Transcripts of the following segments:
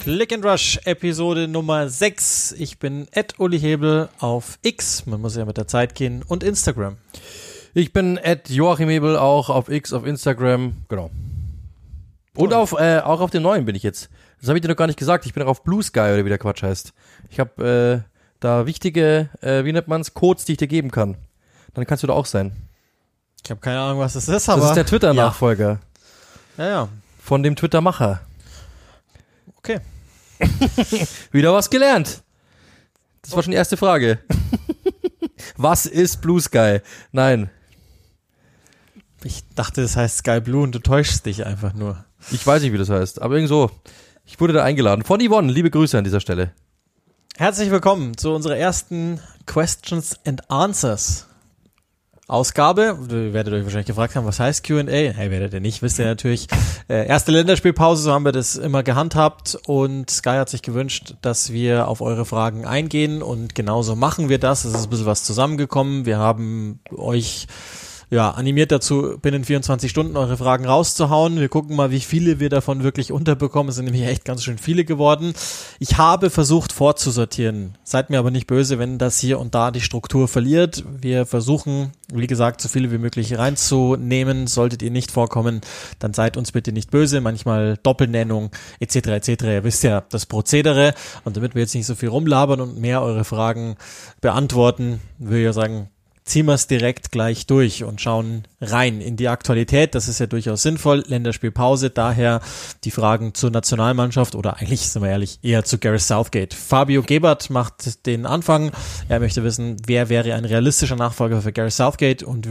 Click and Rush, Episode Nummer 6. Ich bin Uli Hebel auf X, man muss ja mit der Zeit gehen, und Instagram. Ich bin Joachim Hebel, auch auf X, auf Instagram, genau. Und auch auf dem neuen bin ich jetzt. Das habe ich dir noch gar nicht gesagt, ich bin auch auf Blue Sky, oder wie der Quatsch heißt. Ich habe da wichtige, wie nennt man's, Codes, die ich dir geben kann. Dann kannst du da auch sein. Ich habe keine Ahnung, was das ist, aber... Das ist der Twitter-Nachfolger. Ja. Von dem Twitter-Macher. Okay. Wieder was gelernt. Das war schon die erste Frage. Was ist Blue Sky? Nein. Ich dachte, das heißt Sky Blue und du täuschst dich einfach nur. Ich weiß nicht, wie das heißt, aber irgend so. Ich wurde da eingeladen. Von Yvonne, liebe Grüße an dieser Stelle. Herzlich willkommen zu unserer ersten Questions and Answers Ausgabe. Ihr werdet euch wahrscheinlich gefragt haben, was heißt Q&A? Hey, werdet ihr nicht, wisst ihr natürlich. Erste Länderspielpause, so haben wir das immer gehandhabt, und Sky hat sich gewünscht, dass wir auf eure Fragen eingehen, und genauso machen wir das. Es ist ein bisschen was zusammengekommen. Wir haben euch animiert dazu, binnen 24 Stunden eure Fragen rauszuhauen. Wir gucken mal, wie viele wir davon wirklich unterbekommen. Es sind nämlich echt ganz schön viele geworden. Ich habe versucht vorzusortieren. Seid mir aber nicht böse, wenn das hier und da die Struktur verliert. Wir versuchen, wie gesagt, so viele wie möglich reinzunehmen. Solltet ihr nicht vorkommen, dann seid uns bitte nicht böse. Manchmal Doppelnennung etc. etc. Ihr wisst ja das Prozedere. Und damit wir jetzt nicht so viel rumlabern und mehr eure Fragen beantworten, würde ich ja sagen, ziehen wir es direkt gleich durch und schauen rein in die Aktualität. Das ist ja durchaus sinnvoll. Länderspielpause, daher die Fragen zur Nationalmannschaft oder eigentlich, sind wir ehrlich, eher zu Gareth Southgate. Fabio Gebert macht den Anfang. Er möchte wissen, wer wäre ein realistischer Nachfolger für Gareth Southgate, und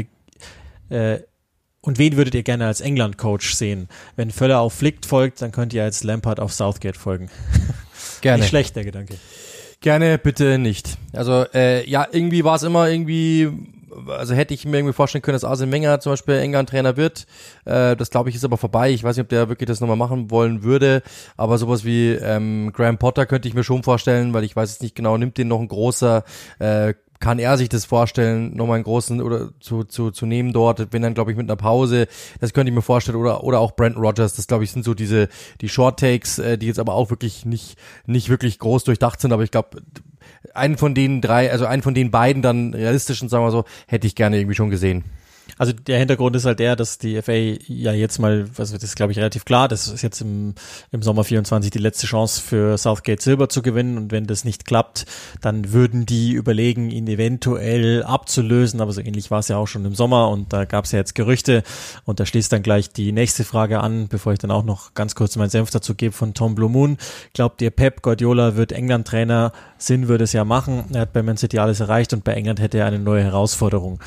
wen würdet ihr gerne als England-Coach sehen? Wenn Völler auf Flick folgt, dann könnt ihr als Lampard auf Southgate folgen. Gerne. Nicht schlecht, der Gedanke. Gerne, bitte nicht. Also, irgendwie war es immer also hätte ich mir irgendwie vorstellen können, dass Arsene Wenger zum Beispiel England-Trainer wird. Das, glaube ich, ist aber vorbei. Ich weiß nicht, ob der wirklich das nochmal machen wollen würde, aber sowas wie Graham Potter könnte ich mir schon vorstellen, weil ich weiß jetzt nicht genau, nimmt den noch ein großer, kann er sich das vorstellen, nochmal einen großen oder zu nehmen dort, wenn dann, glaube ich, mit einer Pause, das könnte ich mir vorstellen, oder auch Brendan Rodgers, das, glaube ich, sind so die Short Takes, die jetzt aber auch wirklich nicht wirklich groß durchdacht sind, aber ich glaube, einen von den beiden dann realistischen, sagen wir so, hätte ich gerne irgendwie schon gesehen. Also der Hintergrund ist halt der, dass die FA ja jetzt mal, also das ist, glaube ich, relativ klar, das ist jetzt im Sommer 24 die letzte Chance für Southgate Silber zu gewinnen, und wenn das nicht klappt, dann würden die überlegen, ihn eventuell abzulösen, aber so ähnlich war es ja auch schon im Sommer, und da gab es ja jetzt Gerüchte, und da schließt dann gleich die nächste Frage an, bevor ich dann auch noch ganz kurz meinen Senf dazu gebe, von Tom Blue Moon. Glaubt ihr, Pep Guardiola wird England-Trainer? Sinn würde es ja machen. Er hat bei Man City alles erreicht, und bei England hätte er eine neue Herausforderung.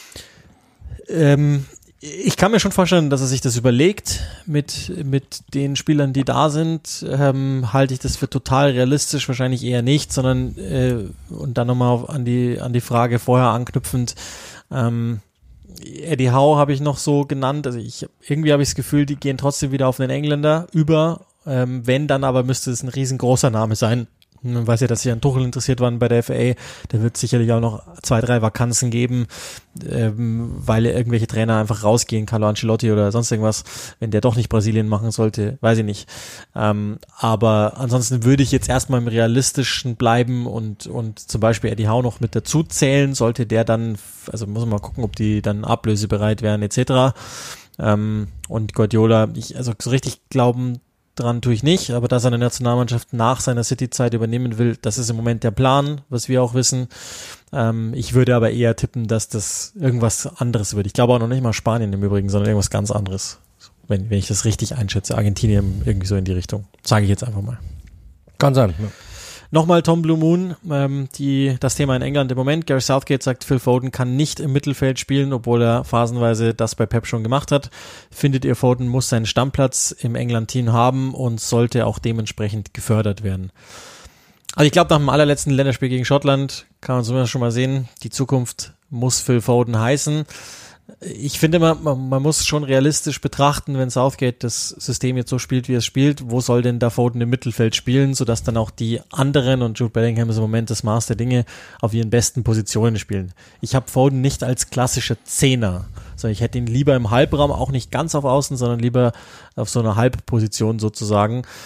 Ich kann mir schon vorstellen, dass er sich das überlegt mit den Spielern, die da sind. Halte ich das für total realistisch? Wahrscheinlich eher nicht, sondern und dann nochmal an die Frage vorher anknüpfend, Eddie Howe habe ich noch so genannt. Also irgendwie habe ich das Gefühl, die gehen trotzdem wieder auf einen Engländer über. Wenn, dann aber müsste es ein riesengroßer Name sein. Man weiß ja, dass sie an Tuchel interessiert waren bei der FA. Da wird es sicherlich auch noch 2-3 Vakanzen geben, weil irgendwelche Trainer einfach rausgehen, Carlo Ancelotti oder sonst irgendwas, wenn der doch nicht Brasilien machen sollte, weiß ich nicht. Aber ansonsten würde ich jetzt erstmal im Realistischen bleiben und zum Beispiel Eddie Howe noch mit dazu zählen, sollte der dann, also muss man mal gucken, ob die dann ablösebereit wären etc. Und Guardiola, also so richtig glauben dran tue ich nicht, aber dass er eine Nationalmannschaft nach seiner City-Zeit übernehmen will, das ist im Moment der Plan, was wir auch wissen. Ich würde aber eher tippen, dass das irgendwas anderes wird. Ich glaube auch noch nicht mal Spanien im Übrigen, sondern irgendwas ganz anderes. Wenn ich das richtig einschätze. Argentinien irgendwie so in die Richtung. Sage ich jetzt einfach mal. Kann sein, ja. Nochmal Tom Blue Moon, das Thema in England im Moment. Gareth Southgate sagt, Phil Foden kann nicht im Mittelfeld spielen, obwohl er phasenweise das bei Pep schon gemacht hat. Findet ihr, Foden muss seinen Stammplatz im England-Team haben und sollte auch dementsprechend gefördert werden? Also ich glaube, nach dem allerletzten Länderspiel gegen Schottland kann man zumindest schon mal sehen, die Zukunft muss Phil Foden heißen. Ich finde, man muss schon realistisch betrachten, wenn Southgate das System jetzt so spielt, wie es spielt, wo soll denn da Foden im Mittelfeld spielen, sodass dann auch die anderen, und Jude Bellingham ist im Moment das Maß der Dinge, auf ihren besten Positionen spielen. Ich habe Foden nicht als klassischer Zehner, sondern ich hätte ihn lieber im Halbraum, auch nicht ganz auf Außen, sondern lieber auf so einer Halbposition sozusagen.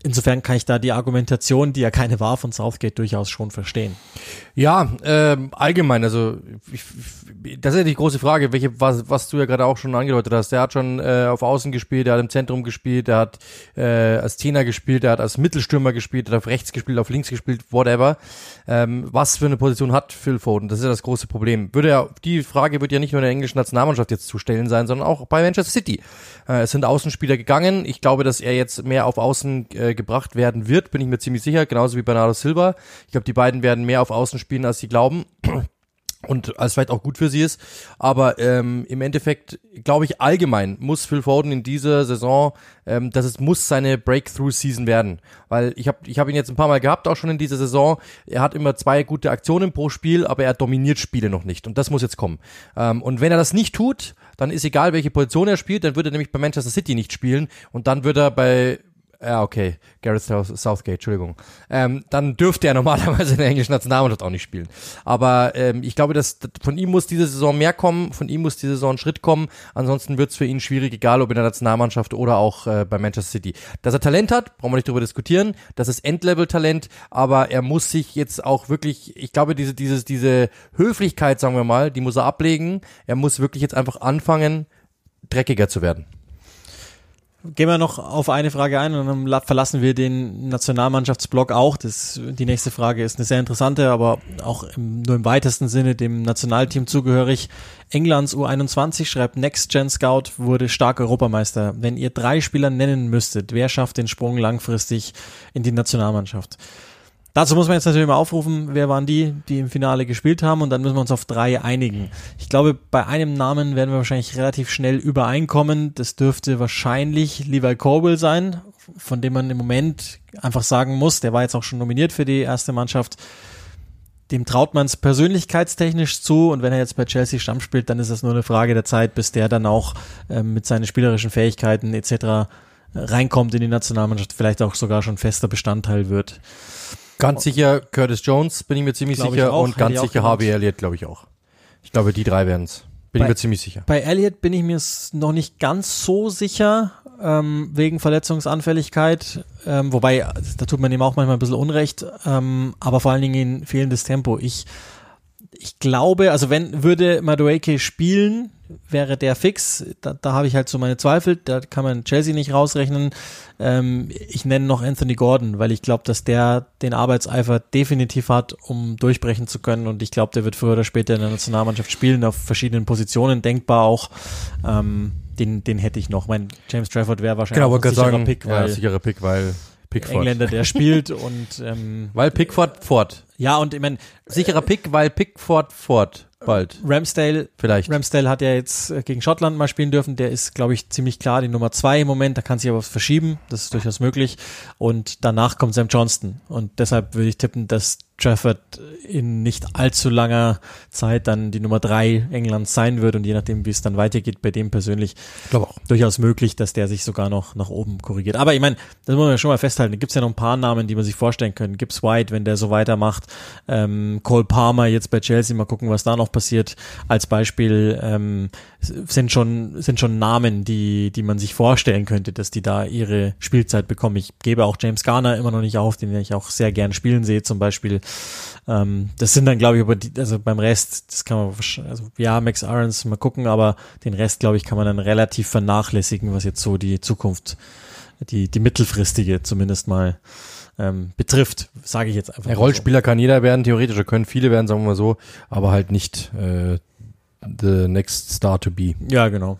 insofern kann ich da die Argumentation, die ja keine war, von Southgate durchaus schon verstehen. Ja, allgemein, also das ist ja die große Frage, was du ja gerade auch schon angedeutet hast. Der hat schon auf Außen gespielt, der hat im Zentrum gespielt, der hat als Zehner gespielt, der hat als Mittelstürmer gespielt, der hat auf rechts gespielt, auf links gespielt, whatever. Was für eine Position hat Phil Foden? Das ist ja das große Problem. Die Frage wird ja nicht nur der englischen Nationalmannschaft jetzt zu stellen sein, sondern auch bei Manchester City. Es sind Außenspieler gegangen. Ich glaube, dass er jetzt mehr auf Außen gebracht werden wird, bin ich mir ziemlich sicher, genauso wie Bernardo Silva. Ich glaube, die beiden werden mehr auf Außen spielen, als sie glauben. Und als vielleicht auch gut für sie ist. Aber im Endeffekt, glaube ich, allgemein muss Phil Foden in dieser Saison, muss seine Breakthrough-Season werden. Weil ich hab ihn jetzt ein paar Mal gehabt, auch schon in dieser Saison. Er hat immer 2 gute Aktionen pro Spiel, aber er dominiert Spiele noch nicht. Und das muss jetzt kommen. Und wenn er das nicht tut, dann ist egal, welche Position er spielt, dann wird er nämlich bei Manchester City nicht spielen. Und dann wird er Gareth Southgate, Entschuldigung. Dann dürfte er normalerweise in der englischen Nationalmannschaft auch nicht spielen. Aber ich glaube, dass von ihm muss diese Saison mehr kommen, von ihm muss diese Saison ein Schritt kommen. Ansonsten wird es für ihn schwierig, egal ob in der Nationalmannschaft oder auch bei Manchester City. Dass er Talent hat, brauchen wir nicht darüber diskutieren. Das ist Endlevel-Talent, aber er muss sich jetzt auch wirklich, ich glaube, diese Höflichkeit, sagen wir mal, die muss er ablegen. Er muss wirklich jetzt einfach anfangen, dreckiger zu werden. Gehen wir noch auf eine Frage ein und dann verlassen wir den Nationalmannschaftsblock auch. Die nächste Frage ist eine sehr interessante, aber auch nur im weitesten Sinne dem Nationalteam zugehörig. Englands U21 schreibt, Next Gen Scout wurde stark Europameister. Wenn ihr 3 Spieler nennen müsstet, wer schafft den Sprung langfristig in die Nationalmannschaft? Dazu muss man jetzt natürlich mal aufrufen, wer waren die im Finale gespielt haben, und dann müssen wir uns auf 3 einigen. Ich glaube, bei einem Namen werden wir wahrscheinlich relativ schnell übereinkommen. Das dürfte wahrscheinlich Levi Colwill sein, von dem man im Moment einfach sagen muss, der war jetzt auch schon nominiert für die erste Mannschaft. Dem traut man es persönlichkeitstechnisch zu, und wenn er jetzt bei Chelsea Stamm spielt, dann ist es nur eine Frage der Zeit, bis der dann auch mit seinen spielerischen Fähigkeiten etc. reinkommt in die Nationalmannschaft, vielleicht auch sogar schon fester Bestandteil wird. Ganz sicher Curtis Jones, bin ich mir ziemlich sicher, und ganz sicher Harvey Elliott, glaube ich auch. Ich glaube, die 3 werden es. Bin ich mir ziemlich sicher. Bei Elliott bin ich mir noch nicht ganz so sicher, wegen Verletzungsanfälligkeit, wobei, da tut man ihm auch manchmal ein bisschen Unrecht, aber vor allen Dingen in fehlendes Tempo. Ich glaube, also würde Madueke spielen, wäre der fix. Da habe ich halt so meine Zweifel. Da kann man Chelsea nicht rausrechnen. Ich nenne noch Anthony Gordon, weil ich glaube, dass der den Arbeitseifer definitiv hat, um durchbrechen zu können. Und ich glaube, der wird früher oder später in der Nationalmannschaft spielen, auf verschiedenen Positionen, denkbar auch. Den hätte ich noch. Mein James Trafford wäre wahrscheinlich ein sicherer Pick, weil Pickford. Engländer, der spielt, und weil Pickford fort. Ja, und ich meine, sicherer Pick, weil Pickford fort. Bald. Ramsdale hat ja jetzt gegen Schottland mal spielen dürfen. Der ist, glaube ich, ziemlich klar die Nummer 2 im Moment. Da kann sich aber was verschieben. Das ist durchaus möglich. Und danach kommt Sam Johnston. Und deshalb würde ich tippen, dass Trafford in nicht allzu langer Zeit dann die Nummer 3 Englands sein wird, und je nachdem, wie es dann weitergeht, bei dem persönlich durchaus möglich, dass der sich sogar noch nach oben korrigiert. Aber ich meine, das muss man ja schon mal festhalten. Da gibt es ja noch ein paar Namen, die man sich vorstellen können. Gibbs White, wenn der so weitermacht. Cole Palmer jetzt bei Chelsea, mal gucken, was da noch passiert. Als Beispiel sind schon Namen, die man sich vorstellen könnte, dass die da ihre Spielzeit bekommen. Ich gebe auch James Garner immer noch nicht auf, den ich auch sehr gern spielen sehe, zum Beispiel. Das sind dann, glaube ich, also beim Rest, das kann man, Max Aarons, mal gucken, aber den Rest, glaube ich, kann man dann relativ vernachlässigen, was jetzt so die Zukunft, die mittelfristige zumindest mal betrifft, sage ich jetzt einfach. Ein Rollspieler kann jeder werden, theoretisch, können viele werden, sagen wir mal so, aber halt nicht the next star to be. Ja, genau.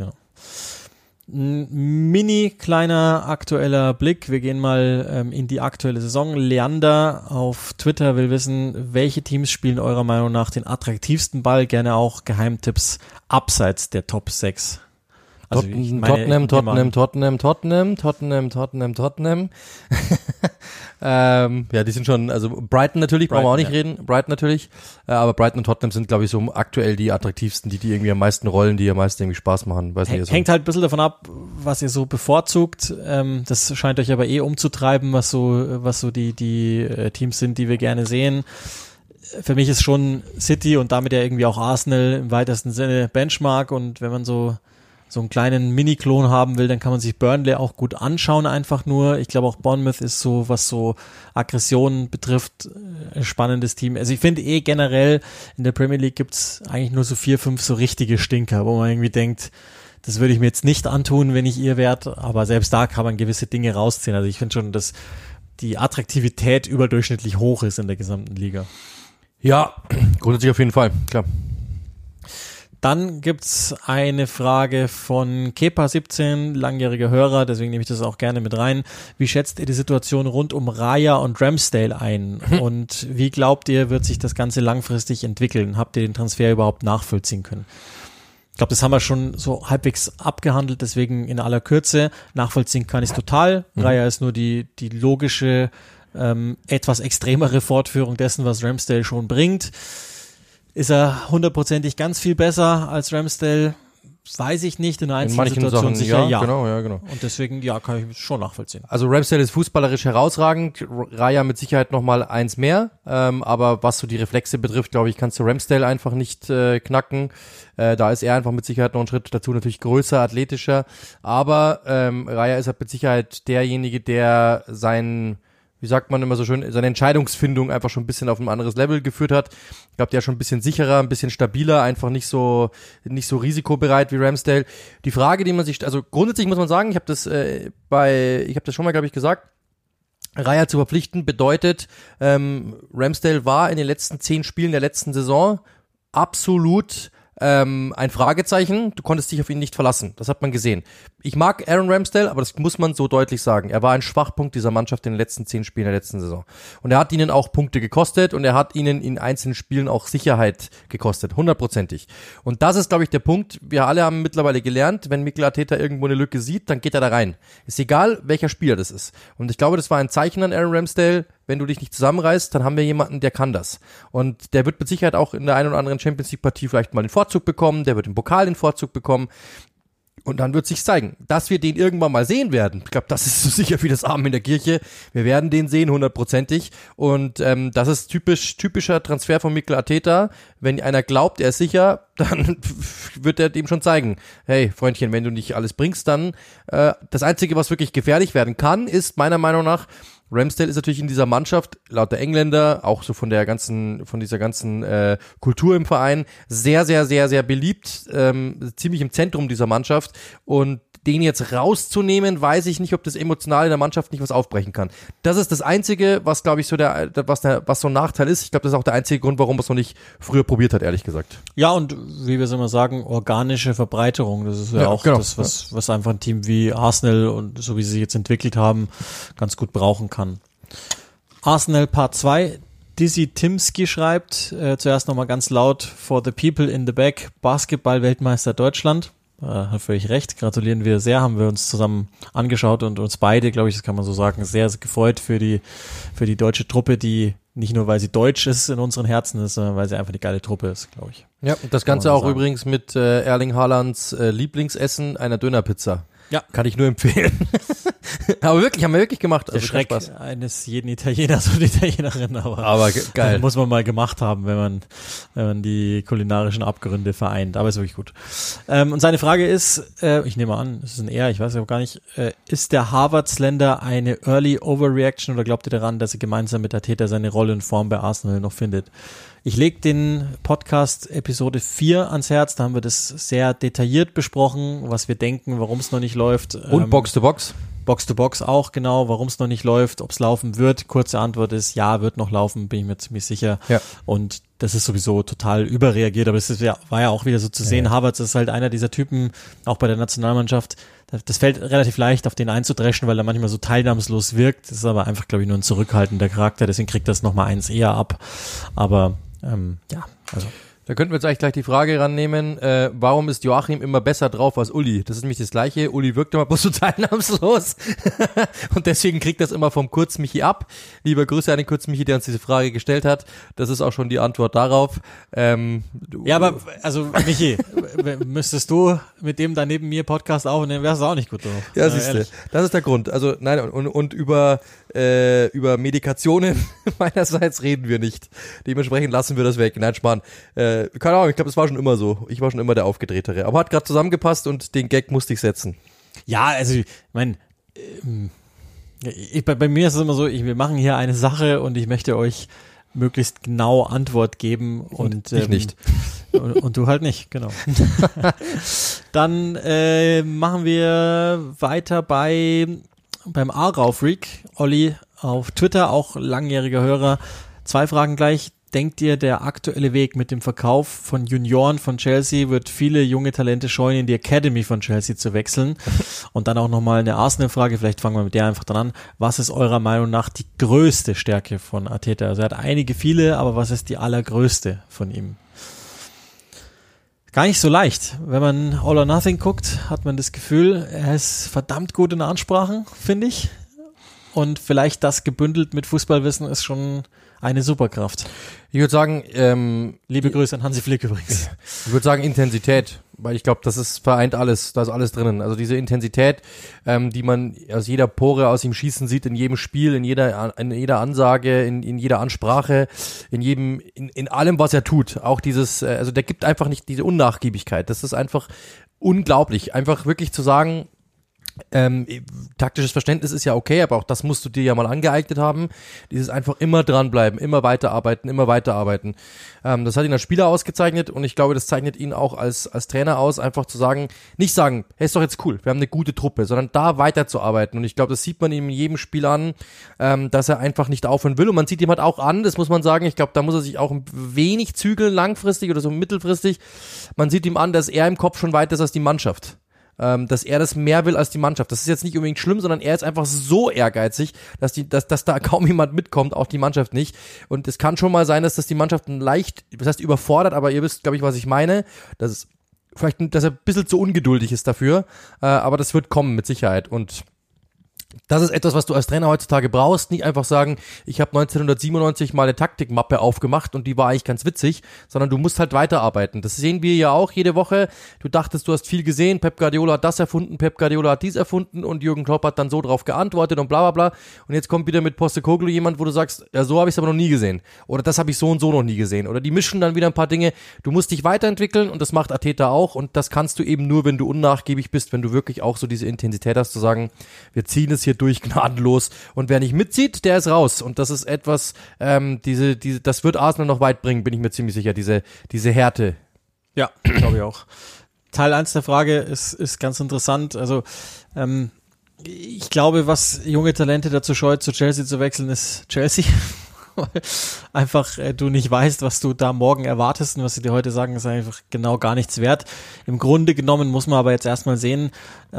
Mini kleiner aktueller Blick. Wir gehen mal in die aktuelle Saison. Leander auf Twitter will wissen, welche Teams spielen eurer Meinung nach den attraktivsten Ball? Gerne auch Geheimtipps abseits der Top 6. Also Tottenham. Ja, die sind schon, also Brighton natürlich, brauchen wir auch nicht reden, Brighton natürlich, aber Brighton und Tottenham sind, glaube ich, so aktuell die attraktivsten, die irgendwie am meisten rollen, die am meisten irgendwie Spaß machen. Weiß nicht, hängt halt ein bisschen davon ab, was ihr so bevorzugt. Das scheint euch aber umzutreiben, was so die Teams sind, die wir gerne sehen. Für mich ist schon City und damit ja irgendwie auch Arsenal im weitesten Sinne Benchmark, und wenn man so so einen kleinen Mini-Klon haben will, dann kann man sich Burnley auch gut anschauen einfach nur. Ich glaube auch Bournemouth ist so, was so Aggressionen betrifft, ein spannendes Team. Also ich finde generell in der Premier League gibt's eigentlich nur so 4, 5 so richtige Stinker, wo man irgendwie denkt, das würde ich mir jetzt nicht antun, wenn ich ihr wäre, aber selbst da kann man gewisse Dinge rausziehen. Also ich finde schon, dass die Attraktivität überdurchschnittlich hoch ist in der gesamten Liga. Ja, grundsätzlich auf jeden Fall, klar. Dann gibt's eine Frage von Kepa17, langjähriger Hörer, deswegen nehme ich das auch gerne mit rein. Wie schätzt ihr die Situation rund um Raya und Ramsdale ein? Und wie glaubt ihr, wird sich das Ganze langfristig entwickeln? Habt ihr den Transfer überhaupt nachvollziehen können? Ich glaube, das haben wir schon so halbwegs abgehandelt, deswegen in aller Kürze. Nachvollziehen kann ich es total. Raya ist nur die logische, etwas extremere Fortführung dessen, was Ramsdale schon bringt. Ist er hundertprozentig ganz viel besser als Ramsdale? Weiß ich nicht. In einer Einzelsituation sicher ja. Genau. Und deswegen, ja, kann ich schon nachvollziehen. Also Ramsdale ist fußballerisch herausragend, Raya mit Sicherheit nochmal eins mehr, aber was so die Reflexe betrifft, glaube ich, kannst du Ramsdale einfach nicht knacken. Da ist er einfach mit Sicherheit noch einen Schritt dazu, natürlich größer, athletischer, aber Raya ist halt mit Sicherheit derjenige, der wie sagt man immer so schön, seine Entscheidungsfindung einfach schon ein bisschen auf ein anderes Level geführt hat. Ich glaube, der ist schon ein bisschen sicherer, ein bisschen stabiler, einfach nicht so risikobereit wie Ramsdale. Die Frage, die man sich, also grundsätzlich muss man sagen, ich habe das schon mal, glaube ich, gesagt, Raya zu verpflichten bedeutet, Ramsdale war in den letzten 10 Spielen der letzten Saison absolut ein Fragezeichen, du konntest dich auf ihn nicht verlassen, das hat man gesehen. Ich mag Aaron Ramsdale, aber das muss man so deutlich sagen. Er war ein Schwachpunkt dieser Mannschaft in den letzten 10 Spielen der letzten Saison. Und er hat ihnen auch Punkte gekostet und er hat ihnen in einzelnen Spielen auch Sicherheit gekostet, 100%. Und das ist, glaube ich, der Punkt. Wir alle haben mittlerweile gelernt, wenn Mikel Arteta irgendwo eine Lücke sieht, dann geht er da rein. Ist egal, welcher Spieler das ist. Und ich glaube, das war ein Zeichen an Aaron Ramsdale. Wenn du dich nicht zusammenreißt, dann haben wir jemanden, der kann das. Und der wird mit Sicherheit auch in der einen oder anderen Champions-League-Partie vielleicht mal den Vorzug bekommen, der wird im Pokal den Vorzug bekommen. Und dann wird sich's zeigen, dass wir den irgendwann mal sehen werden. Ich glaube, das ist so sicher wie das Amen in der Kirche. Wir werden den sehen, 100%. Und das ist typischer Transfer von Mikel Arteta. Wenn einer glaubt, er ist sicher, dann wird er dem schon zeigen, hey, Freundchen, wenn du nicht alles bringst, dann das Einzige, was wirklich gefährlich werden kann, ist meiner Meinung nach, Ramsdale ist natürlich in dieser Mannschaft, laut der Engländer, auch so von dieser ganzen Kultur im Verein, sehr, sehr, sehr, sehr beliebt, ziemlich im Zentrum dieser Mannschaft. Und den jetzt rauszunehmen, weiß ich nicht, ob das emotional in der Mannschaft nicht was aufbrechen kann. Das ist das Einzige, was, glaube ich, was so ein Nachteil ist. Ich glaube, das ist auch der einzige Grund, warum man es noch nicht früher probiert hat, ehrlich gesagt. Ja, und wie wir es immer sagen, organische Verbreiterung. Das ist ja auch genau, das, was einfach ein Team wie Arsenal und so wie sie sich jetzt entwickelt haben, ganz gut brauchen kann. Arsenal Part 2. Dizzy Timski schreibt, zuerst nochmal ganz laut, for the people in the back, Basketball-Weltmeister Deutschland. Hat völlig recht, gratulieren wir sehr, haben wir uns zusammen angeschaut und uns beide, glaube ich, das kann man so sagen, sehr, sehr gefreut für die deutsche Truppe, die nicht nur, weil sie deutsch ist in unseren Herzen ist, sondern weil sie einfach eine geile Truppe ist, glaube ich. Ja, und das Ganze auch übrigens mit Erling Haalands Lieblingsessen, einer Dönerpizza. Ja. Kann ich nur empfehlen. Aber wirklich, haben wir wirklich gemacht. Der Schreck eines jeden Italieners und Italienerin, aber geil. Muss man mal gemacht haben, wenn man die kulinarischen Abgründe vereint. Aber ist wirklich gut. Und seine Frage ist, ich nehme an, es ist ein Er, ich weiß aber gar nicht, ist der Harvard-Slender eine Early Overreaction oder glaubt ihr daran, dass er gemeinsam mit Arteta seine Rolle und Form bei Arsenal noch findet? Ich lege den Podcast Episode 4 ans Herz, da haben wir das sehr detailliert besprochen, was wir denken, warum es noch nicht läuft. Und Box-to-Box. Box-to-Box auch, genau, warum es noch nicht läuft, ob es laufen wird. Kurze Antwort ist, ja, wird noch laufen, bin ich mir ziemlich sicher. Ja. Und das ist sowieso total überreagiert, aber es war ja auch wieder so zu sehen, ja. Havertz ist halt einer dieser Typen, auch bei der Nationalmannschaft, das fällt relativ leicht, auf den einzudreschen, weil er manchmal so teilnahmslos wirkt. Das ist aber einfach, glaube ich, nur ein zurückhaltender Charakter, deswegen kriegt das nochmal eins eher ab. Aber ja, also. Da könnten wir jetzt eigentlich gleich die Frage rannehmen, warum ist Joachim immer besser drauf als Uli? Das ist nämlich das Gleiche. Uli wirkt immer bloß so teilnahmslos und deswegen kriegt das immer vom Kurzmichi ab. Lieber Grüße an den Kurzmichi, der uns diese Frage gestellt hat. Das ist auch schon die Antwort darauf. Ja, aber also Michi, müsstest du mit dem da neben mir Podcast aufnehmen, wärst du auch nicht gut drauf. Ja, siehst du. Das ist der Grund. Also nein, und über Medikationen meinerseits reden wir nicht. Dementsprechend lassen wir das weg. Nein, Schmarrn. keine Ahnung, ich glaube, es war schon immer so. Ich war schon immer der Aufgedrehtere. Aber hat gerade zusammengepasst und den Gag musste ich setzen. Ja, also ich meine, bei mir ist es immer so, wir machen hier eine Sache und ich möchte euch möglichst genau Antwort geben und ich nicht. Und du halt nicht, genau. Dann machen wir weiter beim Aarau-Freak. Olli auf Twitter, auch langjähriger Hörer. 2 Fragen gleich. Denkt ihr, der aktuelle Weg mit dem Verkauf von Junioren von Chelsea wird viele junge Talente scheuen, in die Academy von Chelsea zu wechseln? Und dann auch nochmal eine Arsenal-Frage, vielleicht fangen wir mit der einfach dran an. Was ist eurer Meinung nach die größte Stärke von Arteta? Also er hat viele, aber was ist die allergrößte von ihm? Gar nicht so leicht. Wenn man All or Nothing guckt, hat man das Gefühl, er ist verdammt gut in Ansprachen, finde ich. Und vielleicht das gebündelt mit Fußballwissen ist schon eine Superkraft. Ich würde sagen, liebe Grüße an Hansi Flick übrigens. Ich würde sagen Intensität, weil ich glaube, das ist vereint alles, da ist alles drinnen. Also diese Intensität, die man aus jeder Pore aus ihm schießen sieht, in jedem Spiel, in jeder Ansage, in jeder Ansprache, in allem, was er tut. Auch dieses, also der gibt einfach nicht diese Unnachgiebigkeit. Das ist einfach unglaublich. Einfach wirklich zu sagen, taktisches Verständnis ist ja okay, aber auch das musst du dir ja mal angeeignet haben. Dieses einfach immer dranbleiben, immer weiterarbeiten. Das hat ihn als Spieler ausgezeichnet und ich glaube, das zeichnet ihn auch als Trainer aus, einfach zu sagen, nicht sagen, hey, ist doch jetzt cool, wir haben eine gute Truppe, sondern da weiterzuarbeiten und ich glaube, das sieht man ihm in jedem Spiel an, dass er einfach nicht aufhören will und man sieht ihm halt auch an, das muss man sagen, ich glaube, da muss er sich auch ein wenig zügeln, langfristig oder so mittelfristig. Man sieht ihm an, dass er im Kopf schon weiter ist als die Mannschaft. Dass er das mehr will als die Mannschaft. Das ist jetzt nicht unbedingt schlimm, sondern er ist einfach so ehrgeizig, dass da kaum jemand mitkommt, auch die Mannschaft nicht. Und es kann schon mal sein, dass das die Mannschaft leicht, das heißt überfordert, aber ihr wisst, glaube ich, was ich meine. Dass er ein bisschen zu ungeduldig ist dafür, aber das wird kommen mit Sicherheit. Und das ist etwas, was du als Trainer heutzutage brauchst. Nicht einfach sagen, ich habe 1997 mal eine Taktikmappe aufgemacht und die war eigentlich ganz witzig, sondern du musst halt weiterarbeiten. Das sehen wir ja auch jede Woche. Du dachtest, du hast viel gesehen, Pep Guardiola hat das erfunden, Pep Guardiola hat dies erfunden und Jürgen Klopp hat dann so drauf geantwortet und bla bla bla. Und jetzt kommt wieder mit Postecoglou jemand, wo du sagst, ja, so habe ich es aber noch nie gesehen. Oder das habe ich so und so noch nie gesehen. Oder die mischen dann wieder ein paar Dinge. Du musst dich weiterentwickeln und das macht Arteta auch und das kannst du eben nur, wenn du unnachgiebig bist, wenn du wirklich auch so diese Intensität hast, zu sagen, wir ziehen es hier durch gnadenlos und wer nicht mitzieht, der ist raus und das ist etwas, das wird Arsenal noch weit bringen, bin ich mir ziemlich sicher, diese Härte. Ja, glaube ich auch. Teil 1 der Frage ist ganz interessant, also ich glaube, was junge Talente dazu scheut, zu Chelsea zu wechseln, ist Chelsea. Einfach du nicht weißt, was du da morgen erwartest und was sie dir heute sagen, ist einfach genau gar nichts wert. Im Grunde genommen muss man aber jetzt erstmal sehen,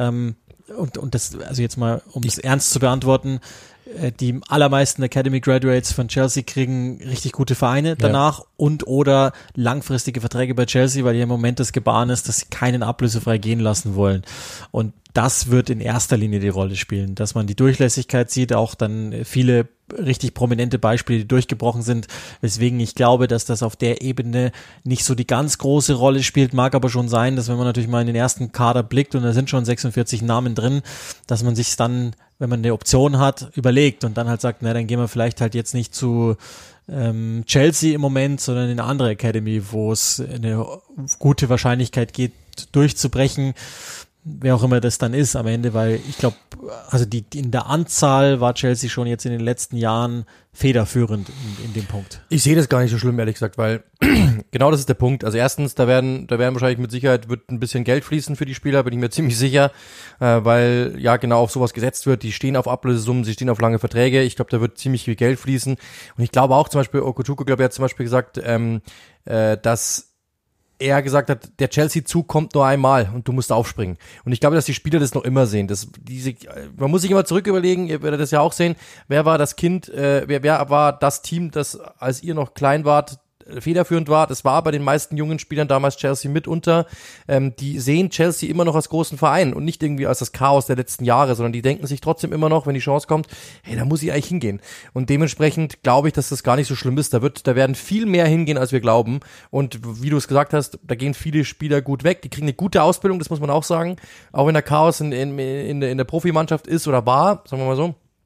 und das, also jetzt mal, um es ernst zu beantworten, die allermeisten Academy Graduates von Chelsea kriegen richtig gute Vereine danach und oder langfristige Verträge bei Chelsea, weil hier im Moment das Gebaren ist, dass sie keinen ablösefrei gehen lassen wollen. Und das wird in erster Linie die Rolle spielen, dass man die Durchlässigkeit sieht, auch dann viele richtig prominente Beispiele, die durchgebrochen sind, weswegen ich glaube, dass das auf der Ebene nicht so die ganz große Rolle spielt, mag aber schon sein, dass wenn man natürlich mal in den ersten Kader blickt und da sind schon 46 Namen drin, dass man sich dann, wenn man eine Option hat, überlegt und dann halt sagt, na, dann gehen wir vielleicht halt jetzt nicht zu Chelsea im Moment, sondern in eine andere Academy, wo es eine gute Wahrscheinlichkeit geht, durchzubrechen, wer auch immer das dann ist am Ende, weil ich glaube, also in der Anzahl war Chelsea schon jetzt in den letzten Jahren federführend in dem Punkt. Ich sehe das gar nicht so schlimm, ehrlich gesagt, weil genau das ist der Punkt. Also erstens, da werden wahrscheinlich mit Sicherheit wird ein bisschen Geld fließen für die Spieler, bin ich mir ziemlich sicher, weil ja genau auf sowas gesetzt wird. Die stehen auf Ablösesummen, sie stehen auf lange Verträge. Ich glaube, da wird ziemlich viel Geld fließen. Und ich glaube auch zum Beispiel, Okuchuku, glaube ich, hat zum Beispiel gesagt, dass er gesagt hat, der Chelsea-Zug kommt nur einmal und du musst aufspringen. Und ich glaube, dass die Spieler das noch immer sehen. Man muss sich immer zurück überlegen, ihr werdet das ja auch sehen, wer war das Kind, wer war das Team, das, als ihr noch klein wart, federführend war. Das war bei den meisten jungen Spielern damals Chelsea mitunter. Die sehen Chelsea immer noch als großen Verein und nicht irgendwie als das Chaos der letzten Jahre, sondern die denken sich trotzdem immer noch, wenn die Chance kommt, hey, da muss ich eigentlich hingehen. Und dementsprechend glaube ich, dass das gar nicht so schlimm ist. Da werden viel mehr hingehen, als wir glauben. Und wie du es gesagt hast, da gehen viele Spieler gut weg. Die kriegen eine gute Ausbildung, das muss man auch sagen. Auch wenn der Chaos in der Profimannschaft ist oder war, sagen wir mal so.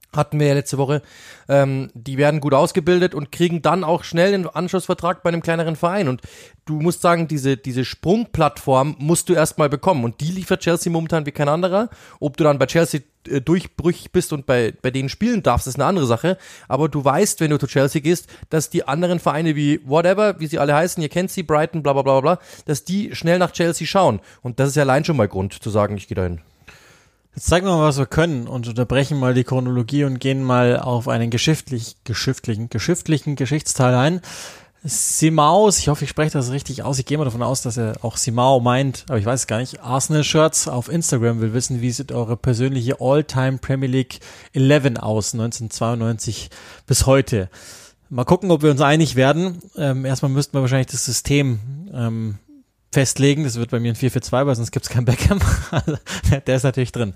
hatten wir ja letzte Woche, die werden gut ausgebildet und kriegen dann auch schnell einen Anschlussvertrag bei einem kleineren Verein. Und du musst sagen, diese Sprungplattform musst du erstmal bekommen. Und die liefert Chelsea momentan wie kein anderer. Ob du dann bei Chelsea durchbrüchig bist und bei denen spielen darfst, ist eine andere Sache. Aber du weißt, wenn du zu Chelsea gehst, dass die anderen Vereine wie whatever, wie sie alle heißen, ihr kennt sie, Brighton, bla bla bla bla, dass die schnell nach Chelsea schauen. Und das ist ja allein schon mal Grund zu sagen, ich gehe dahin. Jetzt zeigen wir mal, was wir können und unterbrechen mal die Chronologie und gehen mal auf einen geschichtlichen Geschichtsteil ein. Simao, ich hoffe, ich spreche das richtig aus. Ich gehe mal davon aus, dass er auch Simao meint, aber ich weiß es gar nicht. Arsenal-Shirts auf Instagram will wissen, wie sieht eure persönliche All-Time Premier League 11 aus, 1992 bis heute. Mal gucken, ob wir uns einig werden. Erstmal müssten wir wahrscheinlich das System festlegen. Das wird bei mir ein 4-4-2, weil sonst gibt es kein Beckham. Der ist natürlich drin.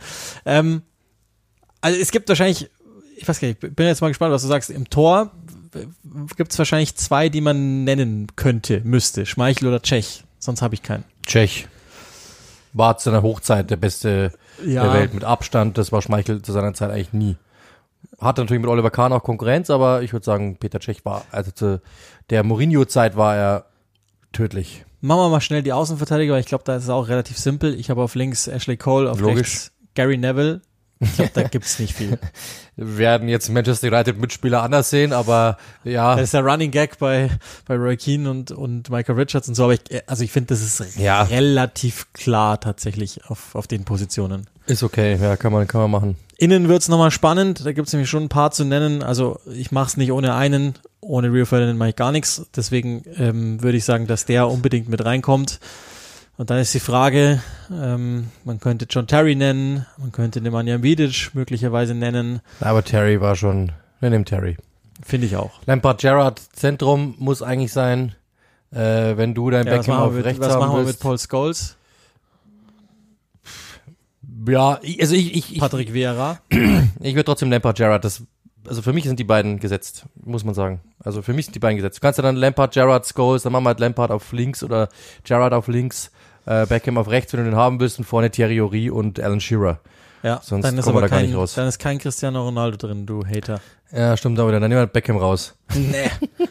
Also es gibt wahrscheinlich, ich weiß gar nicht, ich bin jetzt mal gespannt, was du sagst. Im Tor gibt es wahrscheinlich zwei, die man nennen müsste. Schmeichel oder Cech. Sonst habe ich keinen. Cech. War zu seiner Hochzeit der Beste der Welt mit Abstand. Das war Schmeichel zu seiner Zeit eigentlich nie. Hatte natürlich mit Oliver Kahn auch Konkurrenz, aber ich würde sagen, Peter Cech war, also zu der Mourinho-Zeit war er tödlich. Machen wir mal schnell die Außenverteidiger, weil ich glaube, da ist es auch relativ simpel. Ich habe auf links Ashley Cole, auf rechts Gary Neville. Ich glaube, da gibt's nicht viel. Wir werden jetzt Manchester United Mitspieler anders sehen, aber ja. Das ist der Running Gag bei Roy Keane und Michael Richards und so, aber ich finde, das ist relativ klar tatsächlich auf den Positionen. Ist okay, ja, kann man machen. Innen wird's nochmal spannend, da gibt's nämlich schon ein paar zu nennen, also ich mache es nicht ohne einen, ohne Rio Ferdinand mache ich gar nichts, deswegen würde ich sagen, dass der unbedingt mit reinkommt. Und dann ist die Frage, man könnte John Terry nennen, man könnte Nemanja Vidic möglicherweise nennen. Aber Terry war schon, wir nehmen Terry. Finde ich auch. Lampard, Gerrard, Zentrum muss eigentlich sein, wenn du dein Beckham auf rechts haben willst. Was machen wir mit Paul Scholes? Ja, also ich Patrick Vieira. Ich würde trotzdem Lampard, Gerrard, also für mich sind die beiden gesetzt, muss man sagen. Also für mich sind die beiden gesetzt. Du kannst ja dann Lampard, Gerrard, Scholes, dann machen wir halt Lampard auf links oder Gerrard auf links, Beckham auf rechts, wenn du den haben willst, und vorne Thierry Henry und Alan Shearer. Ja, sonst dann ist kommen wir aber da gar nicht raus. Dann ist kein Cristiano Ronaldo drin, du Hater. Ja, stimmt auch wieder. Dann nehmen wir Beckham raus. Nee.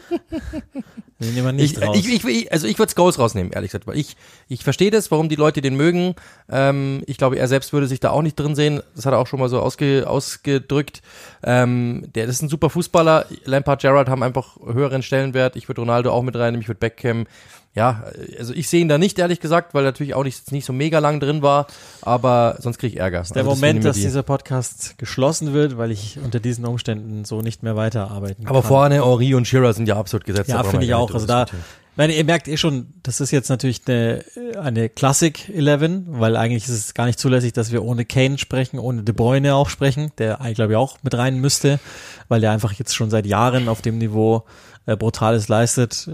Den nehmen wir nicht raus. Ich würde Scholes rausnehmen, ehrlich gesagt, weil ich verstehe das, warum die Leute den mögen. Ich glaube, er selbst würde sich da auch nicht drin sehen. Das hat er auch schon mal so ausgedrückt. Das ist ein super Fußballer. Lampard, Gerrard haben einfach höheren Stellenwert. Ich würde Ronaldo auch mit reinnehmen. Ich würde Beckham. Ja, also ich sehe ihn da nicht, ehrlich gesagt, weil er natürlich auch nicht so mega lang drin war, aber sonst kriege ich Ärger. Das ist der Moment, dass dieser Podcast geschlossen wird, weil ich unter diesen Umständen so nicht mehr weiterarbeiten kann. Aber vorne Henry und Shearer sind ja absolut gesetzt. Ja, finde ich auch. Also da, ihr merkt schon, das ist jetzt natürlich eine Classic 11, weil eigentlich ist es gar nicht zulässig, dass wir ohne Kane sprechen, ohne De Bruyne auch sprechen, der eigentlich, glaube ich, auch mit rein müsste, weil der einfach jetzt schon seit Jahren auf dem Niveau Brutales leistet.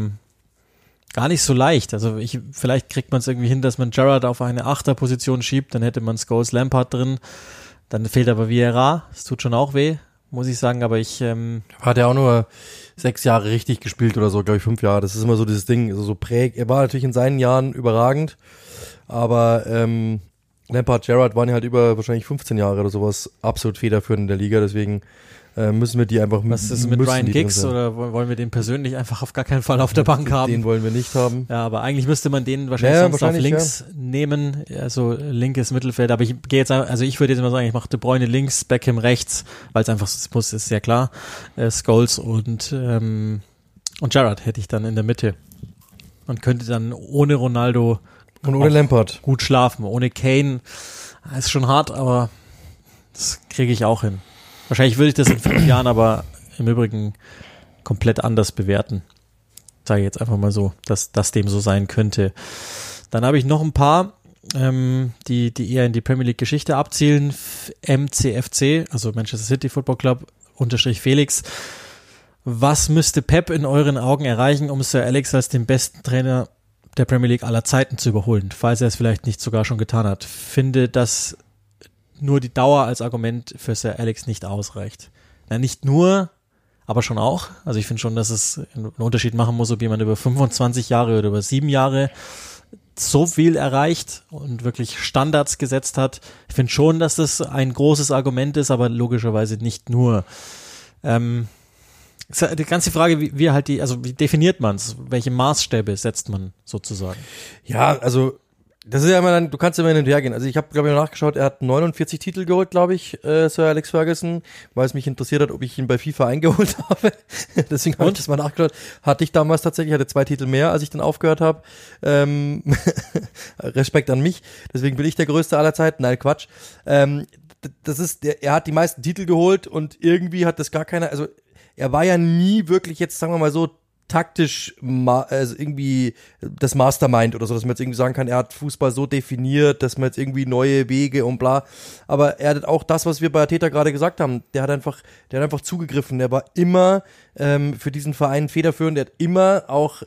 Gar nicht so leicht. Also vielleicht kriegt man es irgendwie hin, dass man Gerrard auf eine Achterposition schiebt, dann hätte man Scholes, Lampard drin. Dann fehlt aber Vieira. Das tut schon auch weh, muss ich sagen, aber hat er auch nur 6 Jahre richtig gespielt oder so, glaube ich 5 Jahre. Das ist immer so dieses Ding, also so prägt. Er war natürlich in seinen Jahren überragend, aber Lampard, Gerrard waren ja halt über wahrscheinlich 15 Jahre oder sowas absolut federführend in der Liga, deswegen müssen wir die einfach Was ist mit Ryan Giggs oder wollen wir den persönlich einfach auf gar keinen Fall auf der Bank haben? Den wollen wir nicht haben. Ja, aber eigentlich müsste man den wahrscheinlich auf links nehmen, also linkes Mittelfeld, aber ich würde jetzt mal sagen, ich mache De Bruyne links, Beckham rechts, weil es einfach ist sehr klar, Scholes und Gerrard hätte ich dann in der Mitte und könnte dann ohne Ronaldo und ohne Lampard gut schlafen, ohne Kane, ist schon hart, aber das kriege ich auch hin. Wahrscheinlich würde ich das in 5 Jahren aber im Übrigen komplett anders bewerten. Sage ich jetzt einfach mal so, dass das dem so sein könnte. Dann habe ich noch ein paar, die eher in die Premier League Geschichte abzielen. MCFC, also Manchester City Football Club, _Felix. Was müsste Pep in euren Augen erreichen, um Sir Alex als den besten Trainer der Premier League aller Zeiten zu überholen, falls er es vielleicht nicht sogar schon getan hat? Finde, dass nur die Dauer als Argument für Sir Alex nicht ausreicht. Na, nicht nur, aber schon auch. Also ich finde schon, dass es einen Unterschied machen muss, ob jemand über 25 Jahre oder über 7 Jahre so viel erreicht und wirklich Standards gesetzt hat. Ich finde schon, dass das ein großes Argument ist, aber logischerweise nicht nur. Die ganze Frage, wie definiert man es? Welche Maßstäbe setzt man sozusagen? Ja, also das ist ja immer dann, du kannst immer hin und her gehen. Also ich habe, glaube ich, nachgeschaut, er hat 49 Titel geholt, glaube ich, Sir Alex Ferguson, weil es mich interessiert hat, ob ich ihn bei FIFA eingeholt habe. Deswegen habe ich das mal nachgeschaut. Hatte ich damals tatsächlich, hatte 2 Titel mehr, als ich dann aufgehört habe. Respekt an mich. Deswegen bin ich der Größte aller Zeiten. Nein, Quatsch. Er hat die meisten Titel geholt und irgendwie hat das gar keiner, also er war ja nie wirklich jetzt, sagen wir mal so, taktisch also irgendwie das Mastermind oder so, dass man jetzt irgendwie sagen kann, er hat Fußball so definiert, dass man jetzt irgendwie neue Wege und bla, aber er hat auch das, was wir bei Arteta gerade gesagt haben, der hat einfach zugegriffen, der war immer für diesen Verein federführend, der hat immer auch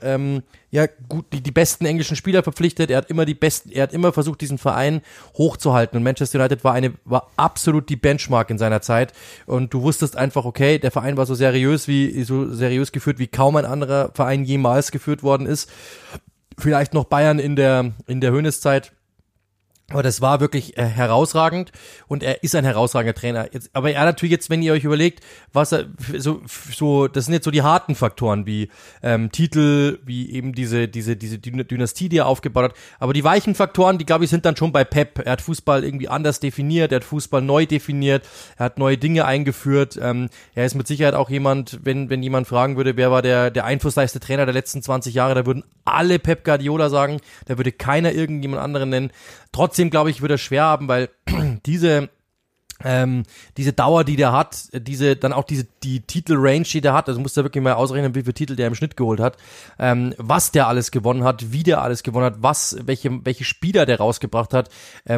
die besten englischen Spieler verpflichtet, er hat immer versucht, diesen Verein hochzuhalten und Manchester United war absolut die Benchmark in seiner Zeit und du wusstest einfach, okay, der Verein war so seriös geführt, wie kaum ein anderer Verein jemals geführt worden ist. Vielleicht noch Bayern in der Hoeneß-Zeit. Aber das war wirklich herausragend und er ist ein herausragender Trainer. Aber er natürlich jetzt, wenn ihr euch überlegt, was er so, das sind jetzt so die harten Faktoren wie Titel, wie eben diese Dynastie, die er aufgebaut hat. Aber die weichen Faktoren, die glaube ich sind dann schon bei Pep. Er hat Fußball irgendwie anders definiert, er hat Fußball neu definiert, er hat neue Dinge eingeführt. Er ist mit Sicherheit auch jemand, wenn jemand fragen würde, wer war der einflussreichste Trainer der letzten 20 Jahre, da würden alle Pep Guardiola sagen, da würde keiner irgendjemand anderen nennen. Trotzdem, glaube ich, wird er schwer haben, weil diese Dauer, die der hat, die Titel-Range, die der hat, also musst du wirklich mal ausrechnen, wie viele Titel der im Schnitt geholt hat, was der alles gewonnen hat, wie der alles gewonnen hat, welche Spieler der rausgebracht hat,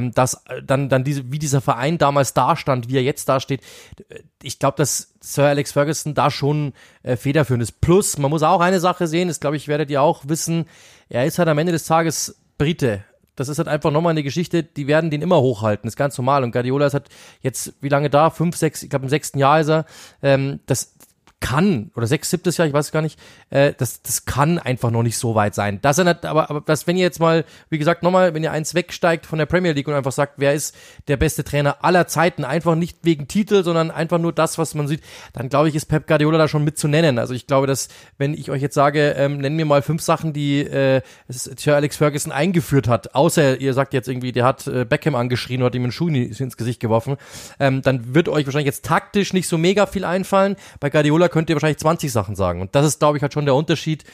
wie dieser Verein damals dastand, wie er jetzt dasteht. Ich glaube, dass Sir Alex Ferguson da schon federführend ist. Plus, man muss auch eine Sache sehen, das glaube ich, werdet ihr auch wissen, er ist halt am Ende des Tages Brite. Das ist halt einfach nochmal eine Geschichte, die werden den immer hochhalten, das ist ganz normal. Und Guardiola ist halt jetzt, wie lange da? 5, 6, ich glaube im 6. Jahr ist er. Das kann, oder 6, 7. Jahr, ich weiß es gar nicht, das kann einfach noch nicht so weit sein. Das er nicht, aber das, wenn ihr jetzt mal, wie gesagt, nochmal, wenn ihr eins wegsteigt von der Premier League und einfach sagt, wer ist der beste Trainer aller Zeiten, einfach nicht wegen Titel, sondern einfach nur das, was man sieht, dann glaube ich, ist Pep Guardiola da schon mit zu nennen. Also ich glaube, dass, wenn ich euch jetzt sage, nenn mir mal 5 Sachen, die Sir Alex Ferguson eingeführt hat, außer ihr sagt jetzt irgendwie, der hat Beckham angeschrien oder hat ihm einen Schuh ins Gesicht geworfen, dann wird euch wahrscheinlich jetzt taktisch nicht so mega viel einfallen. Bei Guardiola könnt ihr wahrscheinlich 20 Sachen sagen. Und das ist, glaube ich, halt schon der Unterschied,